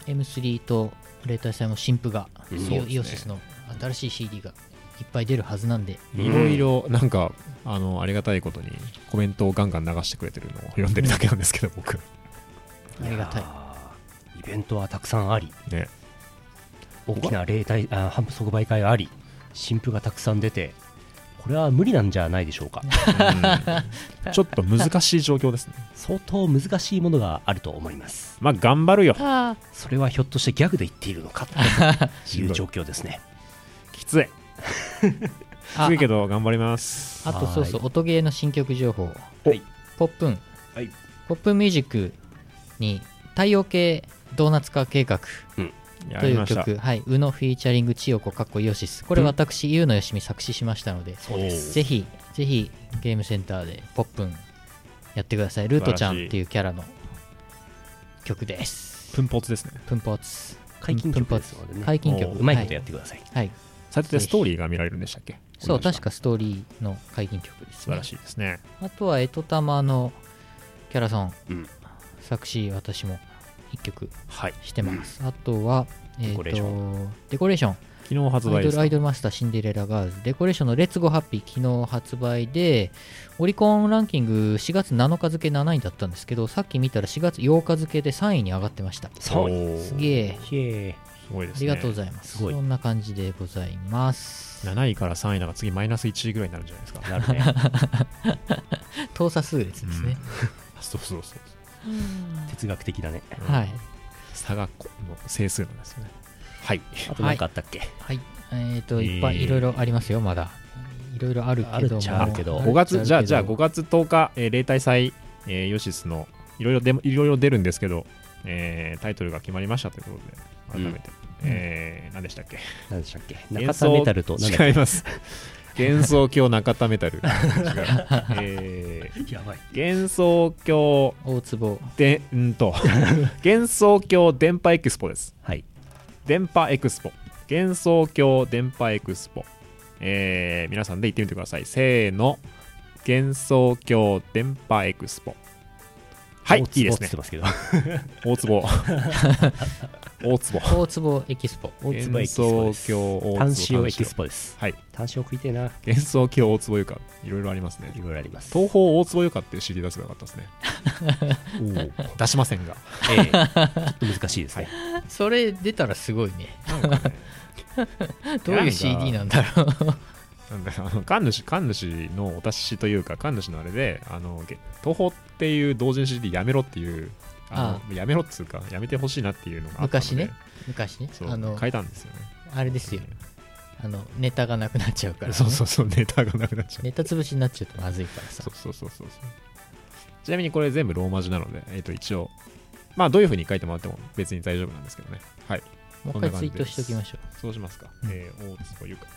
エムスリー と例大祭も新譜が、 うんイオそうですねイオシスの新しい シーディー がいっぱい出るはずなんで、 いろいろなんかあのありがたいことにコメントをガンガン流してくれてるのを読んでるだけなんですけど、僕ありがたい。 イベントはたくさんあり、 ね、 大きな例大あ販即売会があり、新譜がたくさん出て、これは無理なんじゃないでしょうか。 うんちょっと難しい状況ですね。 相当難しいものがあると思います。 まあ頑張るよ。 それはひょっとしてギャグで言っているのかという状況ですね。 きついきあついけど頑張ります。 あとそうそう、音ゲーの新曲情報。 はいポップン。 はいポップンミュージックに太陽系ドーナツ化計画というやりました。 曲、はい、宇野フィーチャリング千代子かっこイオシス。これ私、ゆうのよしみ作詞しましたので、 そうです。 ぜひ、ぜひゲームセンターでポップンやってください。ルートちゃんっていうキャラの曲です。 プンポツですね。 プンポツ。 解禁曲ですのでね、 解禁曲。 うまいことやってください。 はい。 サイトでストーリーが見られるんでしたっけ？ そう、確かかストーリーの解禁曲です、ね。 素晴らしいですね。 あとは、エトタマのキャラソン、 うん作詞、私も一曲はい。 してます。あとは、えーとデコレーショデコレーション。 昨日発アイドルア売ですか。 イドルマスターシンデレラガールズデコレーションのレッツゴーハッピー昨日発売で、オリコンランキングしがつなのか付なないだったんですけど、さっき見たらしがつようか付でさんいに上がってました。 そうおーすげえ、 イエすごいですね。 ありがとうございます。 すごいそんな感じでございます。 なないからさんいだから次マイナスいちいぐらいになるんじゃないですか。 ーイなるね。 等差数列ですね。 そうそうそう。 哲学的だね。 はい。 差がこの整数なんですよね。はい。 あと何かあったっけ？ はい。えっ、と、いっぱいえーいろいろありますよ、まだ。いろいろあるけども。 あるっちゃあるけどごがつ、じゃあ、じゃあごごがつとおか、えー、例大祭、えー、ヨシスのいろいろでいろいろ出るんですけど、えータイトルが決まりましたということで、改めて、えー何でしたっけ？ 何でしたっけ？ 幻中田メタルと、なんだっ違います。幻想郷中田メタル。違う。えーけ？やばい。 幻想郷大坪。 でんと幻想郷電波エクスポです。 はい。 電波エクスポ、幻想郷電波エクスポ、えー皆さんで行ってみてください。せーの、幻想郷電波エクスポ。はい、いいですね大。坪って言ってますけど。 大坪。大坪。 大坪エキスポ。 大坪エキ幻スポです。 想郷大坪単塩エキスポです。 はい。 単塩食いてえな。 幻想郷大坪ゆか、いろいろありますねい。ろいろあります。 東方大坪ゆかっていう シーディー 出せばよかったですね。 おお。 出しませんが。 ええ。ちょっと難しいですね。 それ出たらすごいね。 なんかね、 どういう シーディー なんだろう。 なんだあの神主神主のお達しというか神主のあれであのげ東宝っていう同人 シーディー やめろっていうあのやめろっつうかやめてほしいなっていうのがあったので昔ね昔ね。 そうあの、 変えたんですよね。 あれですよ。あの、ネタがなくなっちゃうから、ね。 そうそうそうネタがなくなっちゃう。 ネタ潰しになっちゃうとまずいからさそう。そうそうそうそう。ちなみにこれ全部ローマ字なので、えっ、と一応まあどういう風に書いてもらっても別に大丈夫なんですけどね。はい。 もう一回ツイートしておきましょそうしますか。 うんえー、大坪ゆか。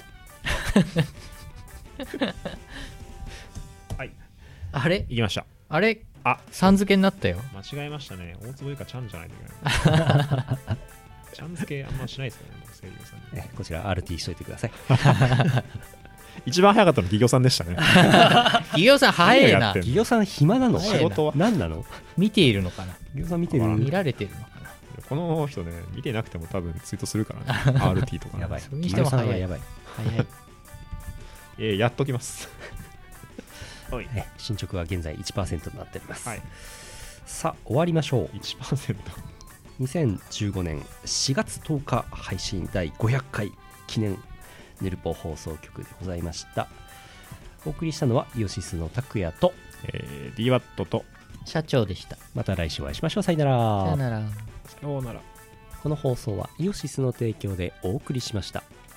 はい。 う。あれ行きました。 あれあさん付けになったよ。 間違えましたね。大坪ゆかちゃんじゃないといけない。ちゃん付けあんましないですよね、僕声優さんに。 えこちら アールティー しといてください。 一番早かったの企業さんでしたね。 企業さん早いな何をやってん。 企業さん暇なの？ 早いな仕事は。 何なの？ 見ているのかな。 企業さん見てる。 見られてるのかな。 この人ね、見てなくても多分ツイートするからね。アールティー とかね。 やばい。 それに企業しても早いさんはやばい。 早い。 えー、やっときます。はい。 ね進捗は現在 いちパーセント になっております。 はい。 さあ終わりましょう。 いちパーセント。 にせんじゅうごねんしがつとおか配信だいごひゃっかい記念ネルポ放送局でございました。お送りしたのはイオシスの拓也と、 えー、ディーワットと、 社長でした。 また来週お会いしましょう。さよなさらよ。なら。 さようなら。 この放送はイオシスの提供でお送りしました。